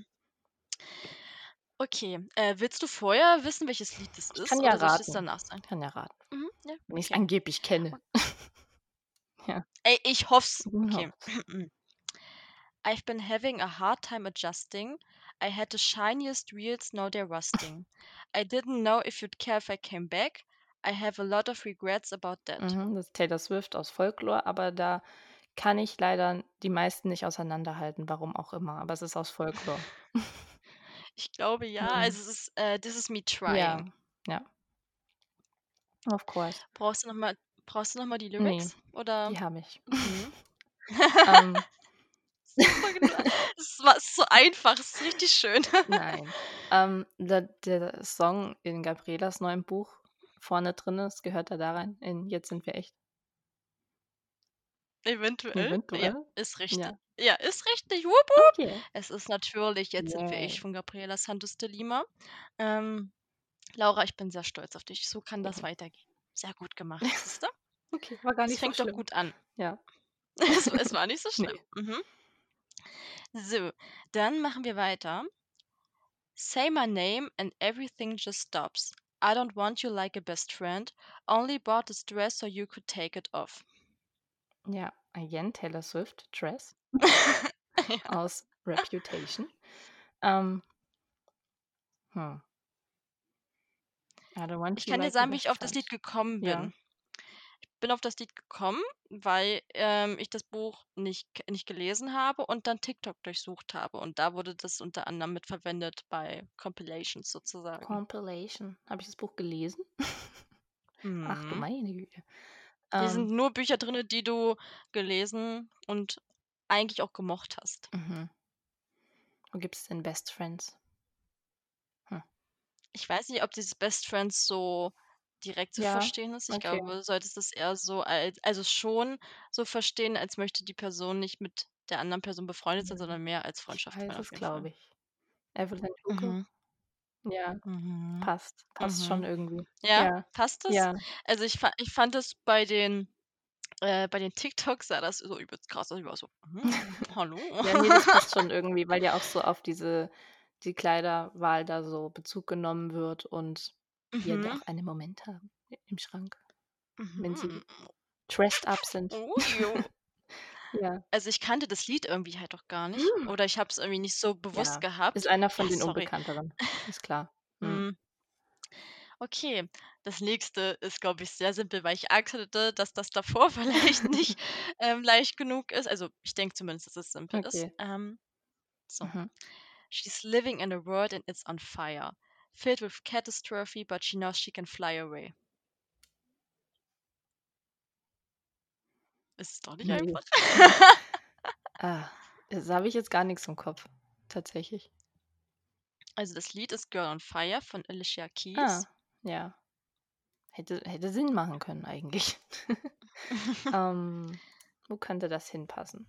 Okay, willst du vorher wissen, welches Lied das Ich ist, kann ja oder soll ich das raten. danach sagen? Kann ja raten, Ja, wenn ich's okay. angeblich kenne. Ja, Ey, ich hoff's. genau. Okay. I've been having a hard time adjusting. I had the shiniest wheels, now they're rusting. I didn't know if you'd care if I came back. I have a lot of regrets about that. Mhm, das ist Taylor Swift aus Folklore, aber da kann ich leider die meisten nicht auseinanderhalten, warum auch immer, aber es ist aus Folklore. Ich glaube ja, Mhm. also es ist, „This Is Me Ja, Trying“. ja, of course. Brauchst du noch mal die Ne, Lyrics oder die habe ich. mhm. Ähm, Super genial. Es ist so einfach, es ist richtig schön. nein. Der Song in Gabrielas neuem Buch vorne drin ist, gehört er da rein in „Jetzt sind wir echt“? Eventuell. Ja, Eventuell? ist richtig. Ja. Ja, ist richtig. Wup, wup. Okay. Es ist natürlich „Jetzt sind wir ich“ Yay. von Gabriela Santos de Lima. Ähm, Laura, ich bin sehr stolz auf dich. So kann das weitergehen. Sehr gut gemacht, siehst du? Okay, war gar Es nicht so fängt doch schlimm. gut an. Ja. Es war nicht so schlimm. Ne. Mhm. So, dann machen wir weiter. Say my name and everything just stops. I don't want you like a best friend. Only bought this dress so you could take it off. Ja, again Taylor Swift, „Dress“ Ja. aus „Reputation“. Ähm, hm, „I don't want Ich you kann dir like a sagen, wie ich best auf das Lied friend“. gekommen Ja, bin. bin auf das Lied gekommen, weil, ich das Buch nicht gelesen habe und dann TikTok durchsucht habe und da wurde das unter anderem mit verwendet bei Compilations sozusagen. Compilation. Habe ich das Buch gelesen? Ach du Mhm. meine Güte. Hier sind Ähm, nur Bücher drinne, die du gelesen und eigentlich auch gemocht hast. mhm. Wo gibt's denn Best Friends? Hm. Ich weiß nicht, ob dieses Best Friends so direkt zu Ja, verstehen ist. Ich okay. glaube, du solltest das eher so also schon so verstehen, als möchte die Person nicht mit der anderen Person befreundet sein, Mhm. sondern mehr als Ich Freundschaft meinen weiß auf es, jeden Fall. glaube ich. Evelyn Hugo? Mhm, Ja, mhm, passt. Passt schon mhm. irgendwie. Ja, Ja, passt das? ja. Also, ich fand es bei den TikToks sah das so übelst krass aus. Ich war so: hallo?“ Ja, ne, das passt schon irgendwie, weil ja auch so auf die Kleiderwahl da so Bezug genommen wird und die ja Mhm, auch einen Moment haben im Schrank, wenn mhm. sie dressed up sind. Ui. Ja. Also, ich kannte das Lied irgendwie halt auch gar nicht Hm. oder ich habe es irgendwie nicht so bewusst Ja, ist gehabt. einer Ja, von den sorry. Unbekannteren, ist klar. Mhm. Mhm. Okay, das nächste ist, glaube ich, sehr simpel, weil ich Angst hatte, dass das davor vielleicht nicht, leicht genug ist. Also, ich denke zumindest, dass es simpel ist. Okay. So. Mhm. She's living in a world and it's on fire, filled with catastrophe, but she knows she can fly away. Ist es doch nicht Ne. einfach? Ah, das habe ich jetzt gar nix im Kopf, tatsächlich. Also, das Lied ist „Girl on Fire“ von Alicia Ah, Keys. ja. Hätte Sinn machen können eigentlich. Ähm, wo könnte das hinpassen?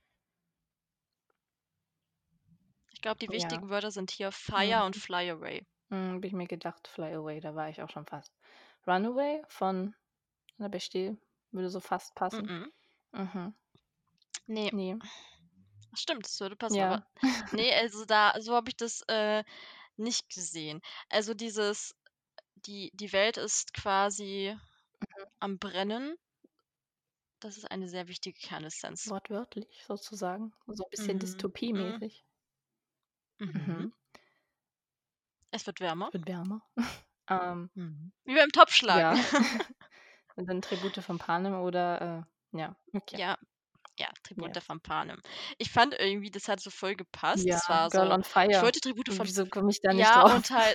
Ich glaube, die Ja, wichtigen Wörter sind hier „Fire“ und mhm. „Fly Away“. Habe ich mir gedacht, Fly Away, da war ich auch schon fast. Runaway von La Bastille würde so fast passen. Mm-mm. Mhm. Ne, Ne. stimmt, das würde passen, aber Ja. ne, also so habe ich das, nicht gesehen. Also die Welt ist quasi am Brennen. Das ist eine sehr wichtige Kernessenz. Wortwörtlich sozusagen, so 'n bisschen Mhm, mhm, dystopiemäßig. mhm. Mhm. Es wird wärmer. Es wird wärmer. Ähm, Mhm. Wie beim Topfschlagen. ja. Und dann Tribute von Panem oder, ja, okay. Ja, ja, Tribute Yes. von Panem. Ich fand irgendwie, das hat so voll gepasst. Ja, Das war Girl so on ich Fire. wollte Tribute von Wieso komme ich da nicht ja, drauf? und halt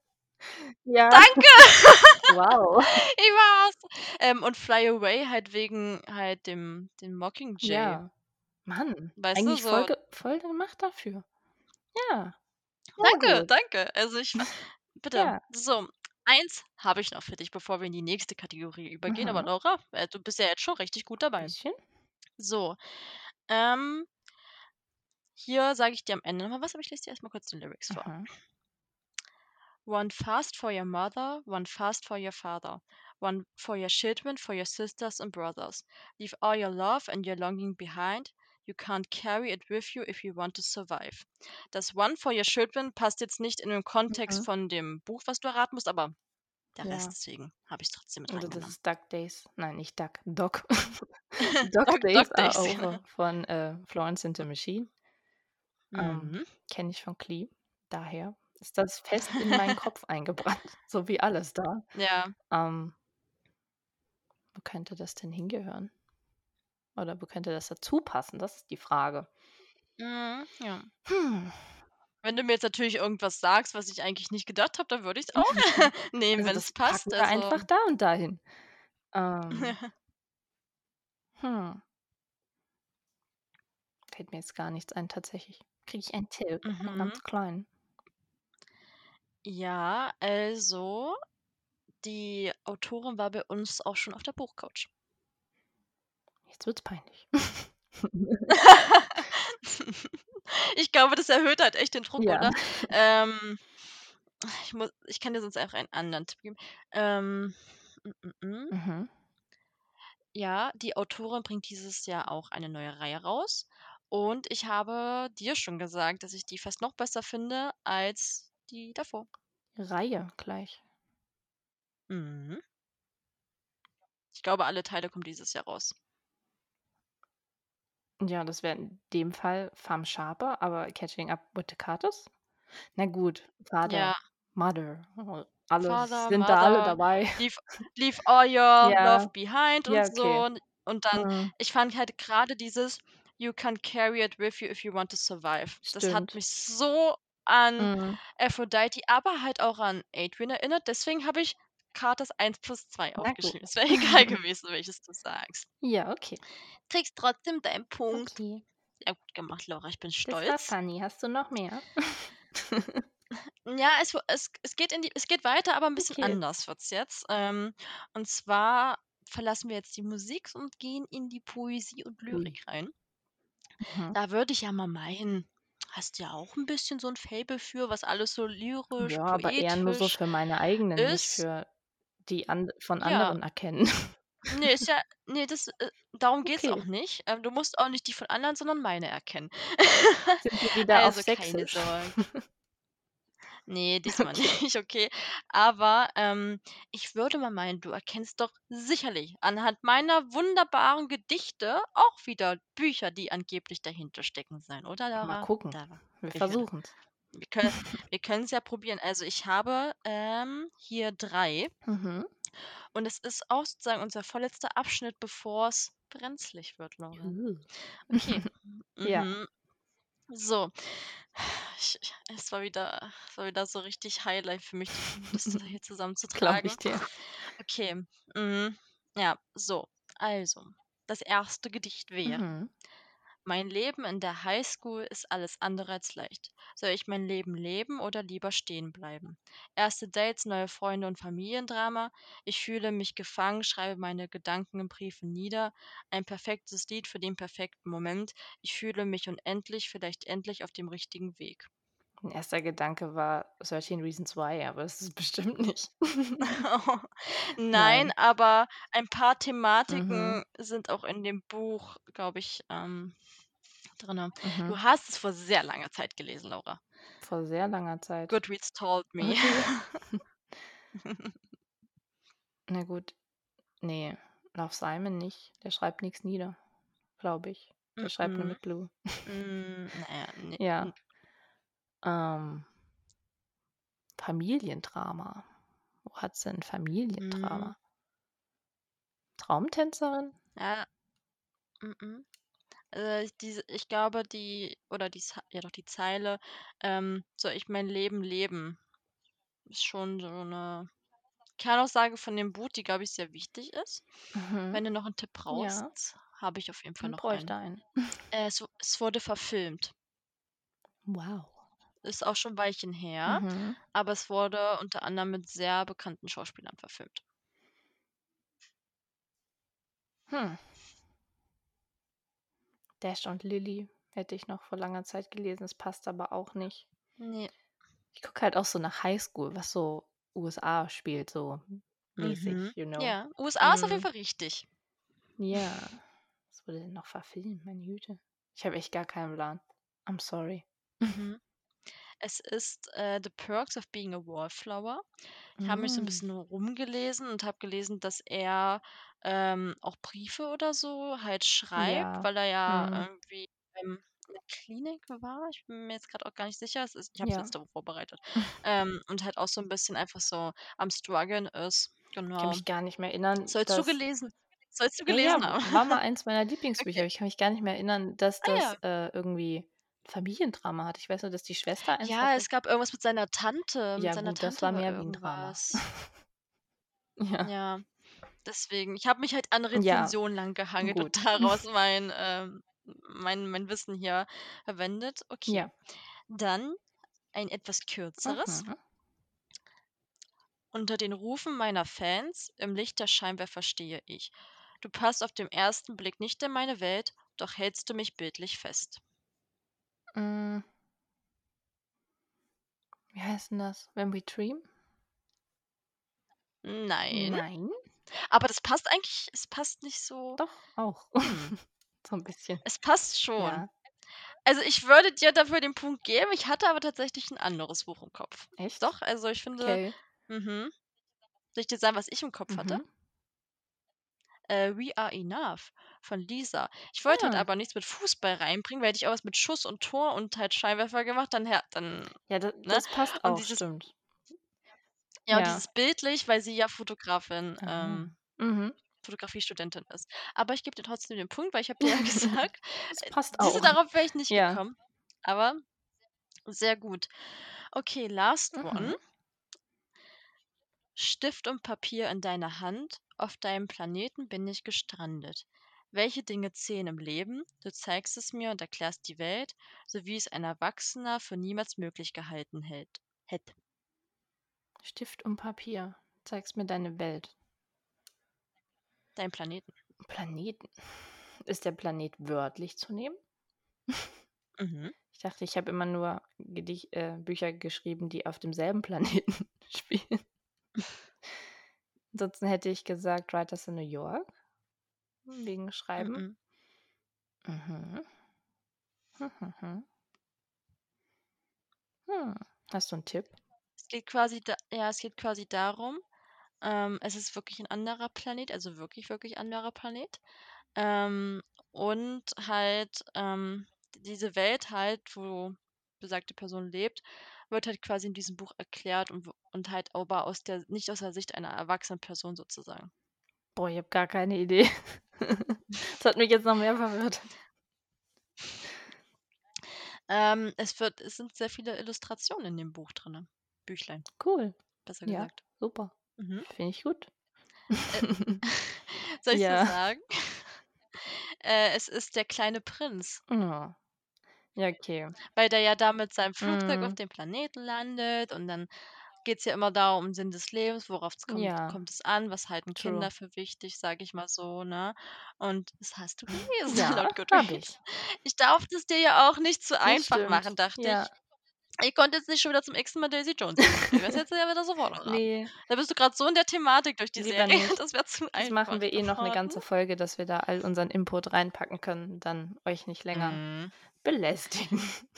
Ja, danke, wow. ich war's. Und Fly Away halt wegen halt dem Mockingjay. Ja. Mann, Weißt du, eigentlich voll so voll gemacht dafür. Ja, sehr danke, gut. danke. Also, ich fa bitte. Ja. So, eins habe ich noch für dich, bevor wir in die nächste Kategorie übergehen. Aber Mhm. Laura, du bist ja jetzt schon richtig gut dabei. Bisschen. So, ähm, hier sage ich dir am Ende noch mal was, aber ich lese dir erst mal kurz die Lyrics vor. Mhm. One fast for your mother, one fast for your father, one for your children, for your sisters and brothers. Leave all your love and your longing behind. You can't carry it with you if you want to survive. Das One for your children passt jetzt nicht in den Kontext Mhm. von dem Buch, was du erraten musst, aber der Rest, Ja. deswegen habe ich es trotzdem mit Und das reingenommen. ist Duck Days. Nein, nicht Duck, Dog. Dog Dog Days Are Days. Over von, Florence and the Machine. Mhm. Kenne ich von Glee. Daher ist das fest in meinen Kopf eingebrannt, so wie alles da. Ja. Ähm, wo könnte das denn hingehören? Oder wo könnte das dazu passen? Das ist die Frage. Mhm, ja. Hm. Wenn du mir jetzt natürlich irgendwas sagst, was ich eigentlich nicht gedacht habe, dann würde ich's auch nehmen, Also, wenn es das passt. packen wir Also einfach da und dahin. Ähm, hm, fällt mir jetzt gar nichts ein tatsächlich. Kriege ich einen Tipp, 'n mhm. ganz kleinen? Ja, also, die Autorin war bei uns auch schon auf der Buchcouch. Jetzt wird's peinlich. Ich glaube, das erhöht halt echt den Druck, Ja. oder? Ich kann dir sonst einfach einen anderen Tipp geben. Hm, hm, hm. Mhm. Ja, die Autorin bringt dieses Jahr auch eine neue Reihe raus und ich habe dir schon gesagt, dass ich die fast noch besser finde als die davor. Reihe gleich. Mhm. Ich glaube, alle Teile kommen dieses Jahr raus. Ja, das wäre in dem Fall Femme Sharper, aber Catching Up with the Carters? Na gut, Father, Ja, Mother, Alle Father, sind da alle Mother, dabei. leave leave all your love Ja, behind und ja, so. okay. Und dann Mhm, ich fand halt gerade dieses „You can carry it with you if you want to survive." Das hat stimmt. mich so an Mhm. Aphrodite, aber halt auch an Adrian erinnert. Deswegen habe ich Carters 1+2 Na gut. aufgeschrieben. Es wäre egal gewesen, welches du sagst. Ja, okay. Kriegst trotzdem deinen Punkt. Okay. Sehr gut gemacht, Laura, ich bin Das war stolz. funny. Hast du noch mehr? Ja, es geht weiter, aber ein bisschen Okay. anders wird's jetzt. Und zwar verlassen wir jetzt die Musik und gehen in die Poesie und Ui. Lyrik rein. Mhm. Da würde ich ja mal meinen, hast ja auch ein bisschen so ein Faible für, was alles so lyrisch, Ja, aber eher nur so poetisch für meine eigenen, nicht ist. für die von Ja, anderen erkennen. ne, ist ja ne, das darum geht's auch Okay. nicht. Du musst auch nicht die von anderen, sondern meine erkennen. Sind wir wieder auf Also, keine Sächsisch? Sorge. Ne, diesmal Okay. nicht, okay. Aber, ich würde mal meinen, du erkennst doch sicherlich anhand meiner wunderbaren Gedichte auch wieder Bücher, die angeblich dahinter stecken sein, oder Mal Lara? gucken. Lara, Wir ich höre. versuchen's. Wir können wir können's ja probieren. Also, ich habe, hier 3 Mhm. und es ist auch sozusagen unser vorletzter Abschnitt, bevor es brenzlig wird, Laura. Uh. Okay. Ja, Mhm. So, es war wieder so richtig Highlight für mich, die Liste da hier glaube zusammenzutragen. ich dir. Okay, mhm. Ja, so, also, das erste Gedicht wäre: Mhm. „Mein Leben in der Highschool ist alles andere als leicht. Soll ich mein Leben leben oder lieber stehen bleiben? Erste Dates, neue Freunde und Familiendrama. Ich fühle mich gefangen, schreibe meine Gedanken in Briefen nieder. Ein perfektes Lied für den perfekten Moment. Ich fühle mich unendlich, vielleicht endlich auf dem richtigen Weg." Mein erster Gedanke war 13 Reasons Why, aber das ist bestimmt nicht. Nein, Nein. aber ein paar Mhm. Thematiken sind auch in dem Buch, glaube ich, drinne. Mhm. Du hast es vor sehr langer Zeit gelesen, Laura. Vor sehr langer Zeit. Goodreads told me. Okay. Na gut. Ne, Love Simon nicht. Der schreibt nix nieder, glaube ich. Der schreibt nur Mm-mm. mit Glue. Na ja, ne, Ja, ähm, Familiendrama. Wo hat's denn mhm, Familiendrama? Traumtänzerin? ja, mm. Ich glaube, ja doch, die Zeile, „Soll ich mein Leben leben", ist schon so eine Kernaussage von dem Buch, die, glaube ich, sehr wichtig ist. Mhm. Wenn du noch einen Tipp Ja, brauchst, habe ich auf jeden Fall ich noch einen. bräuchte einen. Es wurde verfilmt. Wow. Ist auch schon ein Weilchen her, Mhm. aber es wurde unter anderem mit sehr bekannten Schauspielern verfilmt. Hm. Dash und Lily hätte ich noch vor langer Zeit gelesen, es passt aber auch nicht. Ne, Ich gucke halt auch so nach Highschool, was so USA spielt, so mhm. mäßig, you know? Ja, USA ist auf jeden Mhm. Fall richtig. Ja. Was wurde denn noch verfilmt? Meine Güte. Ich habe echt gar keinen Plan. I'm sorry. Mhm. Es ist, „The Perks of Being a Wallflower." Ich habe mich so 'n Hm. bisschen rumgelesen und habe gelesen, dass er, auch Briefe oder so halt schreibt, Ja. weil er ja Mhm. irgendwie, in der Klinik war. Ich bin mir jetzt grad auch gar nicht sicher. Ich habe es Ja. letzte Woche vorbereitet. Und halt auch so 'n bisschen einfach so am struggeln ist. Ich kann Genau. mich gar nicht mehr erinnern, Sollst du dass gelesen sollst du ja, ja, gelesen haben. war mal eins meiner Lieblingsbücher, Okay. aber ich kann mich gar nicht mehr erinnern, dass Ah das, ja. irgendwie Familiendrama hat. Ich weiß nur, dass die Schwester eins Ja, hatte. es gab irgendwas mit seiner Tante. Mit Ja seiner gut, das Tante war war mehr wie 'n Drama. irgendwas. Ja. Ja. Deswegen, ich habe mich halt an Ja, Rezensionen lang gehangelt und gut. daraus mein Wissen hier verwendet. Okay, Ja. dann ein etwas kürzeres. Mhm. Unter den Rufen meiner Fans im Licht der Scheinwerfer stehe ich. Du passt auf den ersten Blick nicht in meine Welt, doch hältst du mich bildlich fest. Hm, wie heißt 'n das? When We Dream? Nein, Nein? aber es passt nicht so. Doch, auch. Hm, So 'n bisschen. es passt schon. Ja. Also, ich würde dir dafür den Punkt geben, ich hatte aber tatsächlich ein anderes Buch im Kopf. Echt? Doch, also, ich finde. Okay. Mhm. Soll ich dir sagen, was ich im Kopf hatte? Mhm. „We Are Enough" von Lisa. Ich wollte halt Ah. aber nichts mit Fußball reinbringen, weil hätte ich auch was mit Schuss und Tor und halt Scheinwerfer gemacht, dann Ja, ne? das passt Und auch, dieses stimmt. Ja, und Ja. dieses bildlich, weil sie ja Fotografin, Ah. Mhm. Fotografiestudentin ist. Aber ich gebe dir trotzdem den Punkt, weil ich habe dir ja gesagt, Das passt siehst du, auch. darauf wäre ich nicht Ja. gekommen. Aber sehr gut. Okay, last one. Mhm. Stift und Papier in deiner Hand. Auf deinem Planeten bin ich gestrandet. Welche Dinge zählen im Leben? Du zeigst es mir und erklärst die Welt, so wie es ein Erwachsener für niemals möglich gehalten hätte. Stift und Papier. Zeigst mir deine Welt. Dein Planeten. Planeten. Ist der Planet wörtlich zu nehmen? Mhm. Ich dachte, ich habe immer nur Bücher geschrieben, die auf demselben Planeten spielen. Ansonsten hätte ich gesagt „Writers in New York", wegen Schreiben. Mhm. Mhm. Mhm. Hm. Hast du 'n Tipp? Es geht quasi darum, es ist wirklich ein anderer Planet, also wirklich, wirklich anderer Planet. Ähm, und halt, diese Welt halt, wo besagte Person lebt, wird halt quasi in diesem Buch erklärt und halt aber nicht aus der Sicht einer erwachsenen Person sozusagen. Boah, ich habe gar keine Idee. Das hat mich jetzt noch mehr verwirrt. Es sind sehr viele Illustrationen in dem Buch drinne. Büchlein, Cool. besser Ja, gesagt. super. Mhm. Finde ich gut. Äh, soll ich's dir Ja. sagen? Es ist Der kleine Prinz. Oh. Ja, okay. Weil der ja da mit seinem Flugzeug auf Mhm. dem Planeten landet und dann geht's ja immer da um Sinn des Lebens, worauf's Ja, kommt es an, was halten true. Kinder für wichtig, sage ich mal so, ne? Und das hast du gelesen Ja, laut habe Goodreads. ich. Ich darf das dir ja auch nicht zu Das einfach machen, stimmt. dachte Ja. ich. Ich konnte jetzt nicht schon wieder zum x-ten Mal Daisy Jones lesen. Du wirst jetzt ja wieder sofort erraten. Ne, Da bist du grad so in der Thematik durch die lieber Serie, nicht. das wäre zu Das einfach machen wir eh noch 'ne geworden. ganze Folge, dass wir da all unseren Input reinpacken können, dann euch nicht länger Mhm. belästigen.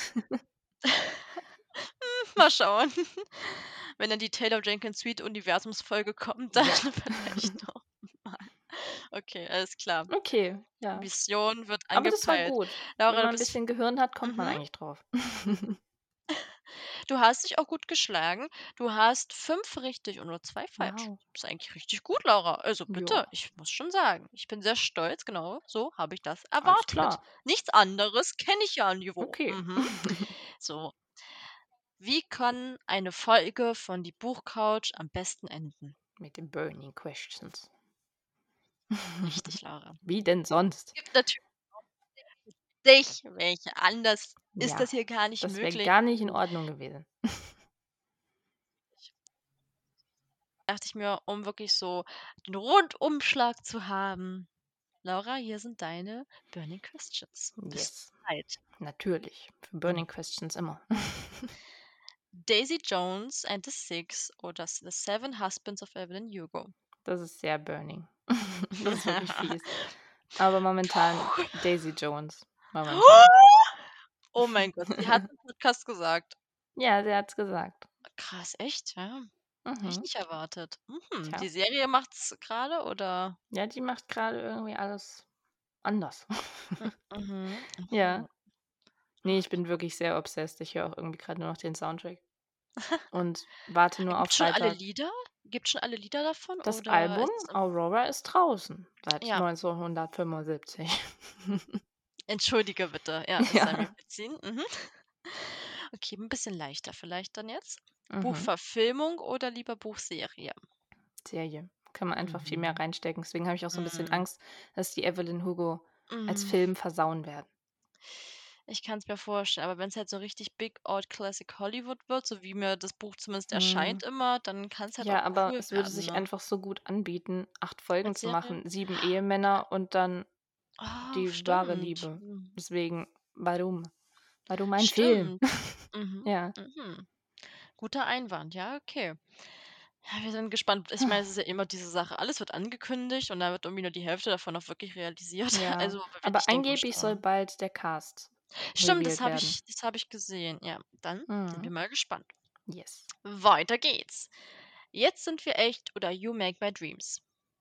Mal schauen. Wenn dann die Taylor Jenkins Reid Universumsfolge kommt, dann Ja. vielleicht noch mal. Okay, alles klar. Okay, ja. Mission wird Aber das war angepeilt. gut. Wenn Laura, du man 'n bist bisschen Gehirn hat, kommt man mhm. eigentlich drauf. Du hast dich auch gut geschlagen. Du hast 5 richtig und nur 2 falsch. Wow. Ist eigentlich richtig gut, Laura. Also bitte, Ja, ich muss schon sagen, ich bin sehr stolz, genau so habe ich das alles erwartet. klar. Nichts anderes kenne ich ja an Niveau. Okay. Mhm. So, wie kann eine Folge von Die Buchcouch am besten enden? Mit den Burning Questions. Richtig, Laura. Wie denn sonst? Gibt natürlich dich welche. Anders ist Ja, das hier gar nicht das wäre möglich. gar nicht in Und Ordnung gewesen. dachte ich mir, um wirklich so den Rundumschlag zu haben: „Laura, hier sind deine Burning Questions. Bist Yes, du bereit?“ natürlich. Für Mhm. Burning Questions immer. „Daisy Jones and the Six“ oder „The Seven Husbands of Evelyn Hugo“? Das ist sehr burning. Das ist wirklich fies. Aber momentan Daisy Jones. Momentan. Oh mein Gott, sie hat's im Podcast gesagt. Ja, sie hat's gesagt. Krass, echt, ja? Hätte ich Mhm. nicht erwartet. Tja. Die Serie macht's grade oder Ja, die macht grade irgendwie alles anders. mhm. Ja. Mhm. Ne, ich bin wirklich sehr obsessed. Ich höre auch irgendwie grad nur noch den Soundtrack und warte nur auf Gibt's schon alle Freitag. Lieder? Gibt's schon alle Lieder davon Das oder Album ist es Aurora ist draußen seit ja, 1975. entschuldige bitte. Ja, es sei mir Ja. verziehen. Mhm. Okay, 'n bisschen leichter vielleicht dann jetzt. Mhm. Buchverfilmung oder lieber Buchserie? Serie. Kann man einfach viel mehr Mhm. reinstecken. Deswegen habe ich auch so 'n bisschen Mhm. Angst, dass die Evelyn Hugo als Hm, Film versauen werden. ich kann's mir vorstellen, aber wenn's halt so richtig Big Old Classic Hollywood wird, so wie mir das Buch zumindest Mhm. erscheint immer, dann kann's halt Ja, auch aber cool es würde werden, sich ne? einfach so gut anbieten, 8 Folgen Als zu Serie? machen, 7 Ehemänner und dann Oh, die wahre stimmt. Liebe. Deswegen, warum? Warum ein Film? Stimmt. Mhm. Ja. Mhm. Guter Einwand, ja, okay. Ja, wir sind gespannt. Ich meine, es ist ja immer diese Sache, alles wird angekündigt und dann wird irgendwie nur die Hälfte davon auch wirklich realisiert. Ja, Also, werde aber ich denke mal angeblich soll schauen. bald der Cast Stimmt, revealed werden. das habe ich gesehen. Ja, dann sind Mhm. wir mal gespannt. Yes. Weiter geht's. Jetzt sind wir echt oder You Make My Dreams.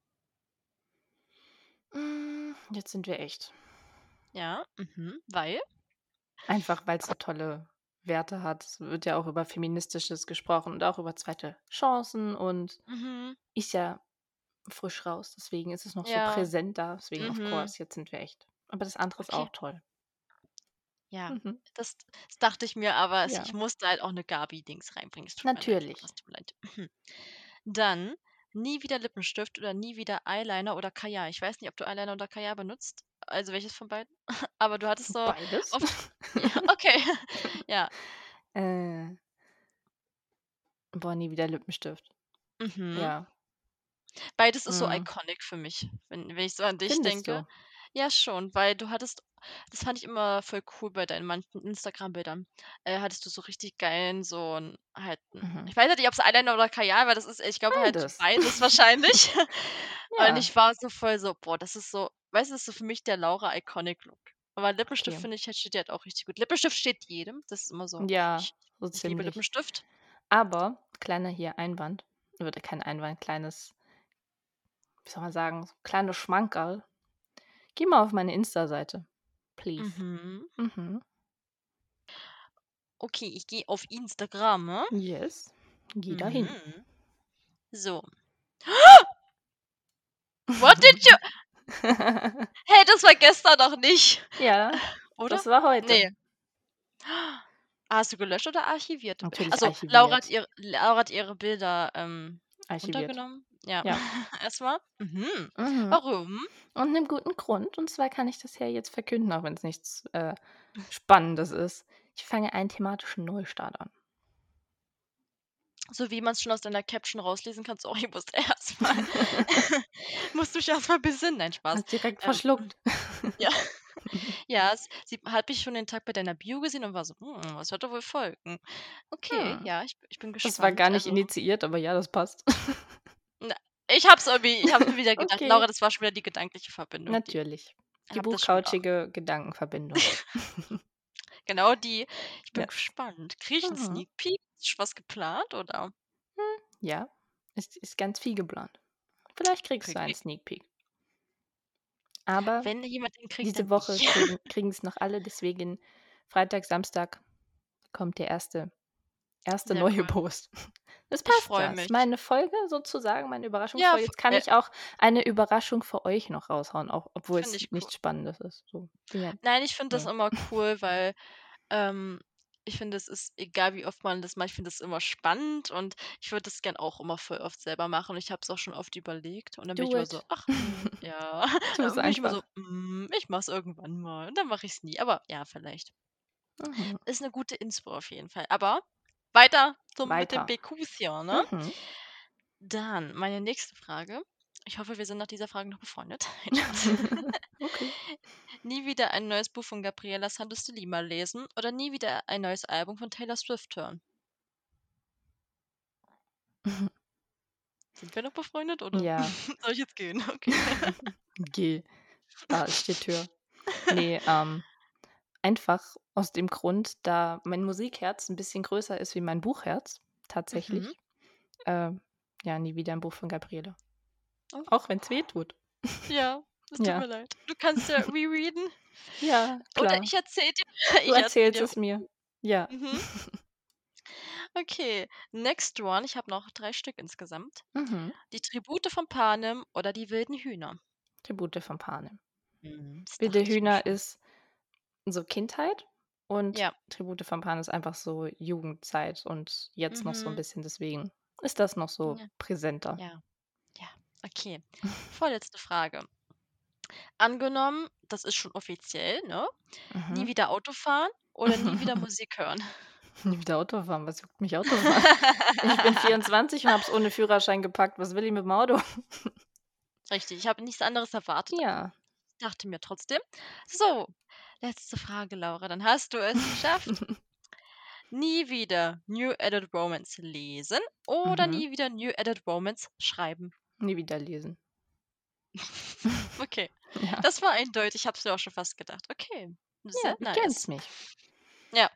Jetzt sind wir echt. Ja, mhm, weil? Einfach weil's 'ne tolle Werte hat. Es wird ja auch über Feministisches gesprochen und auch über zweite Chancen und Mhm. ist ja frisch raus, deswegen ist es noch so Ja. präsent da, deswegen of Mhm. course, jetzt sind wir echt. Aber das andere ist Okay. auch toll. Ja. Mhm. Das dachte ich mir, aber ich Ja, musste halt auch 'ne Gabi-Dings reinbringen. Es tut mir leid, Laura, natürlich. es tut mir leid. Dann nie wieder Lippenstift oder nie wieder Eyeliner oder Kajal. Ich weiß nicht, ob du Eyeliner oder Kajal benutzt, also welches von beiden? Aber du hattest so Beides. oft ja, okay. Ja. Äh, boah, nie wieder Lippenstift. Mhm. Ja. Beides ist so Mhm. iconic für mich, wenn ich so an dich Findest denke. du? Ja, schon, weil du hattest das fand ich immer voll cool bei deinen manchen Instagram-Bildern. Hattest du so richtig geilen so 'n halt 'n Mhm. ich weiß halt nicht, ob's Eyeliner oder Kajal war, das ist ich glaube halt Beides. beides wahrscheinlich. Und Ja, ich war so voll so: „Boah, das ist so“, weißt du, das ist so für mich der Laura Iconic Look. Aber Lippenstift, okay. finde ich, steht dir halt auch richtig gut. Lippenstift steht jedem, das ist immer so. Ja, Ich so ich liebe ziemlich. Lippenstift. Aber kleiner hier Einwand oder kein Einwand, kleines, wie soll man sagen, so kleines Schmankerl. Geh mal auf meine Insta-Seite, please. Mhm. Mhm. Okay, ich gehe auf Instagram, ne? Yes, geh dahin. Mhm. So. What did you Hey, das war gestern noch nicht, Ja, oder? das war heute. Ne. Hast du gelöscht oder archiviert? Natürlich Also, archiviert. Laura hat ihre Bilder, Archiviert. runtergenommen? Ja, Ja. erst mal. Mhm. Mhm. Warum? Und 'nem guten Grund. Und zwar kann ich das ja jetzt verkünden, auch wenn's nichts, Spannendes ist. Ich fange einen thematischen Neustart an. So wie man's schon aus deiner Caption rauslesen kann, sorry, musste erst mal musste mich erst mal besinnen. Nein, Spaß. Hast direkt Ähm, verschluckt. ja. Ja, sie habe ich schon den Tag bei deiner Bio gesehen und war so: was wird da wohl folgen?“ Okay, Hm. ja, ich bin Das war gespannt. gar nicht Also, initiiert, aber ja, das passt. na ich habe mir wieder gedacht, Okay, Laura, das war schon wieder die gedankliche Verbindung, die natürlich. Die habe das schon wieder buchcouchige Gedankenverbindung. genau die. Ich bin Ja. gespannt. Kriege ich 'n Mhm. Sneak Peek? Ist schon was geplant oder Ja, ist ganz viel geplant. Vielleicht kriegst du einen kriege Sneak Peek. Aber wenn jemand den kriegt, diese dann Woche ich. kriegen's noch alle, deswegen Freitag, Samstag kommt der erste Sehr neue cool. Post. Das Ich passt freue ja. Ist mich. meine Folge sozusagen, meine Ja, Überraschungsfolge. Jetzt kann ich auch eine Überraschung für euch noch raushauen, auch obwohl finde es ich cool. nichts Spannendes ist. So, bin ja Nein, ich finde das ja. immer cool, weil, ähm, ich finde, es ist egal, wie oft man das macht, ich finde das immer spannend und ich würde das gern auch immer voll oft selber machen. Ich habe es auch schon oft überlegt und dann bin ich Do immer so: it. „Ach, ja.“ Tu es Dann bin ich immer so: einfach. Ich mache es irgendwann mal.“ Und dann mache ich's nie. Aber ja, vielleicht. Mhm. Ist 'ne gute Inspo auf jeden Fall. Aber weiter zum mit dem Weiter. BQs hier, ne? Mhm. Dann meine nächste Frage. Ich hoffe, wir sind nach dieser Frage noch befreundet. Nein, Spaß. Okay. Nie wieder ein neues Buch von Gabriela Santos de Lima lesen oder nie wieder ein neues Album von Taylor Swift hören. Sind wir noch befreundet oder Ja. soll ich jetzt gehen? Okay. Geh, da ist die Tür. Ne, einfach aus dem Grund, da mein Musikherz 'n bisschen größer ist wie mein Buchherz, Mhm. tatsächlich. Ja, nie wieder ein Buch von Gabriele. Oh, Auch wenn's wehtut. ja, es tut Ja. mir leid. Du kannst ja rereaden Ja, oder klar. ich erzähle dir Du ich erzähle erzählst dir. es mir. Ja. Mhm. Okay, next one. Ich habe noch 3 Stück insgesamt. Mhm. Die Tribute von Panem oder die wilden Hühner. Tribute von Panem. Das Wilde dachte ich mir Hühner schon. ist so Kindheit und Ja. Tribute von Panem ist einfach so Jugendzeit und jetzt noch so 'n Mhm. bisschen, deswegen ist das noch so Ja, präsenter. ja, ja. Okay. Vorletzte Frage. Angenommen, das ist schon offiziell, ne? Nie Mhm. wieder Auto fahren oder nie wieder Musik hören? Nie wieder Auto fahren. Was juckt mich Autofahren? Ich bin 24 und habe es ohne Führerschein gepackt. Was will ich mit'm Auto? Richtig, ich habe nichts anderes erwartet, aber Ja. dachte mir trotzdem. So, letzte Frage, Laura, dann hast du es geschafft. Nie wieder New Adult Romance lesen oder Mhm. nie wieder New Adult Romance schreiben? Nie wieder lesen. Okay, Ja. das war eindeutig, ich habe es mir auch schon fast gedacht. Okay, Ja, sehr du kennst nice. mich. Ja.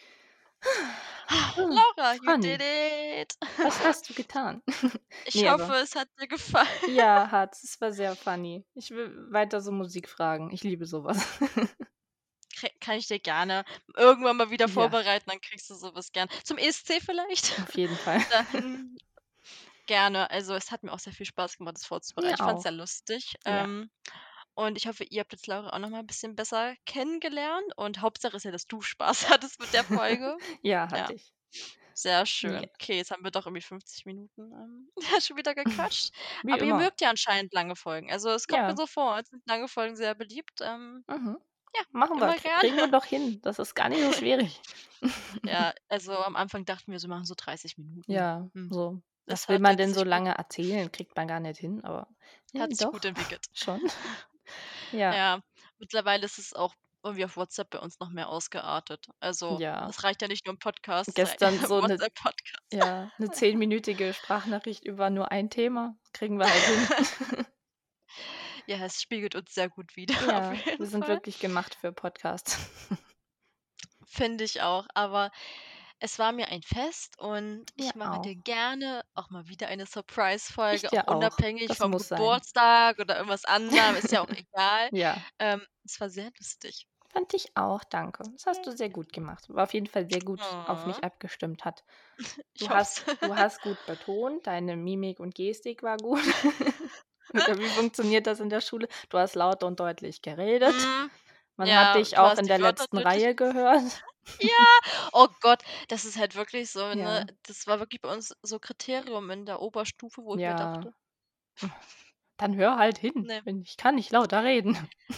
Ah, Laura, you did funny. it. Was hast du getan? Ich Ne, hoffe, aber es hat dir gefallen. ja, hat's. Es war sehr funny. Ich will weiter so Musik fragen. Ich liebe so was. kann ich dir gerne irgendwann mal wieder Ja, vorbereiten, dann kriegst du sowas gern. Zum ESC vielleicht? auf jeden Fall. Dahin gerne. Also, es hat mir auch sehr viel Spaß gemacht, das vorzubereiten. Mir Ich fand's sehr auch. lustig. Ja. Und ich hoffe, ihr habt jetzt Laura auch noch mal 'n bisschen besser kennengelernt und Hauptsache ist ja, dass du Spaß hattest mit der Folge. Ja, Ja, hatte ich. sehr schön. Ja. Okay, jetzt haben wir doch irgendwie 50 Minuten, ja, schon wieder gequatscht. Wie Aber ihr immer. mögt ja anscheinend lange Folgen. Also, es kommt mir Ja. so vor, als sind lange Folgen sehr beliebt. Mhm. Ja, Machen wir. immer gerne. Kriegen wir doch hin. Das ist gar nicht so schwierig. Ja, also, am Anfang dachten wir, so machen so 30 Minuten. Ja, so. Das Was will man denn so gut lange erzählen? Kriegt man gar nicht hin, aber ne, hat sich gut doch, entwickelt. schon. Ja, Ja, mittlerweile ist es auch irgendwie auf WhatsApp bei uns noch mehr ausgeartet. Also, ja. es reicht ja nicht nur 'n Podcast, es rei Gestern so 'ne WhatsApp-Podcast. ja, 'ne zehnminütige Sprachnachricht über nur ein Thema. Kriegen wir halt hin. Ja, es spiegelt uns sehr gut wider, auf Ja, wir jeden sind Fall. wirklich gemacht für Podcasts. Finde ich auch, aber es war mir ein Fest und Mir ich mache auch. dir gerne auch mal wieder eine Ich Surprise-Folge, auch dir auch. unabhängig Das vom muss sein. Geburtstag oder irgendwas anderem, ist ja auch egal. Ja, Es war sehr lustig. fand ich auch, danke. Das hast Ja. du sehr gut gemacht. War auf jeden Fall sehr gut auf Oh, mich abgestimmt hat. ich hoffe es. Du hast gut betont, deine Mimik und Gestik war gut. Oder wie funktioniert das in der Schule? Du hast laut und deutlich geredet. Mhm. Man hat Ja, dich du auch hast in die der Wörter letzten deutlich Reihe gehört. ja, oh Gott, das ist halt wirklich so, ne? Ja, Das war wirklich bei uns so Kriterium in der Oberstufe, wo ich mir ja. dachte: Dann hör halt hin. „Ne." Wenn ich kann nicht lauter reden.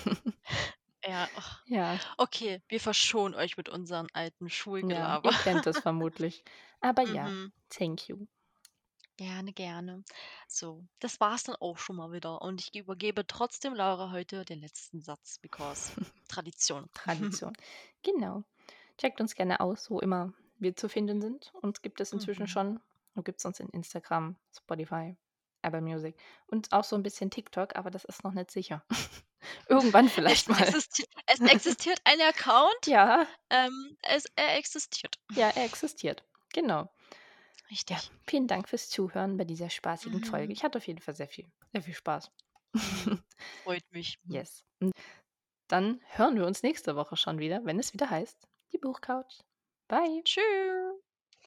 Ja, ach, Ja, okay, wir verschonen euch mit unseren alten ja, Schulgelaber. ihr kennt es vermutlich. Aber ja, Mhm. thank you. Gerne, gerne. So, das war's dann auch schon mal wieder und ich übergebe trotzdem Laura heute den letzten Satz, because Tradition. Tradition. Genau. Checkt uns gerne aus, wo immer wir zu finden sind. Uns gibt es inzwischen Mhm. schon. Du gibst uns in Instagram, Spotify, Apple Music und auch so ein bisschen TikTok, aber das ist noch nicht sicher. Irgendwann vielleicht mal. Es existiert ein Account, Ja, er existiert. ja, er existiert. Genau. Ja, Richtig. vielen Dank fürs Zuhören bei dieser spaßigen Folge. Mhm. Ich hatte auf jeden Fall sehr viel Spaß. Mhm. Freut mich. Yes. Und dann hören wir uns nächste Woche schon wieder, wenn es wieder heißt, die Buchcouch. Bye. Tschüss.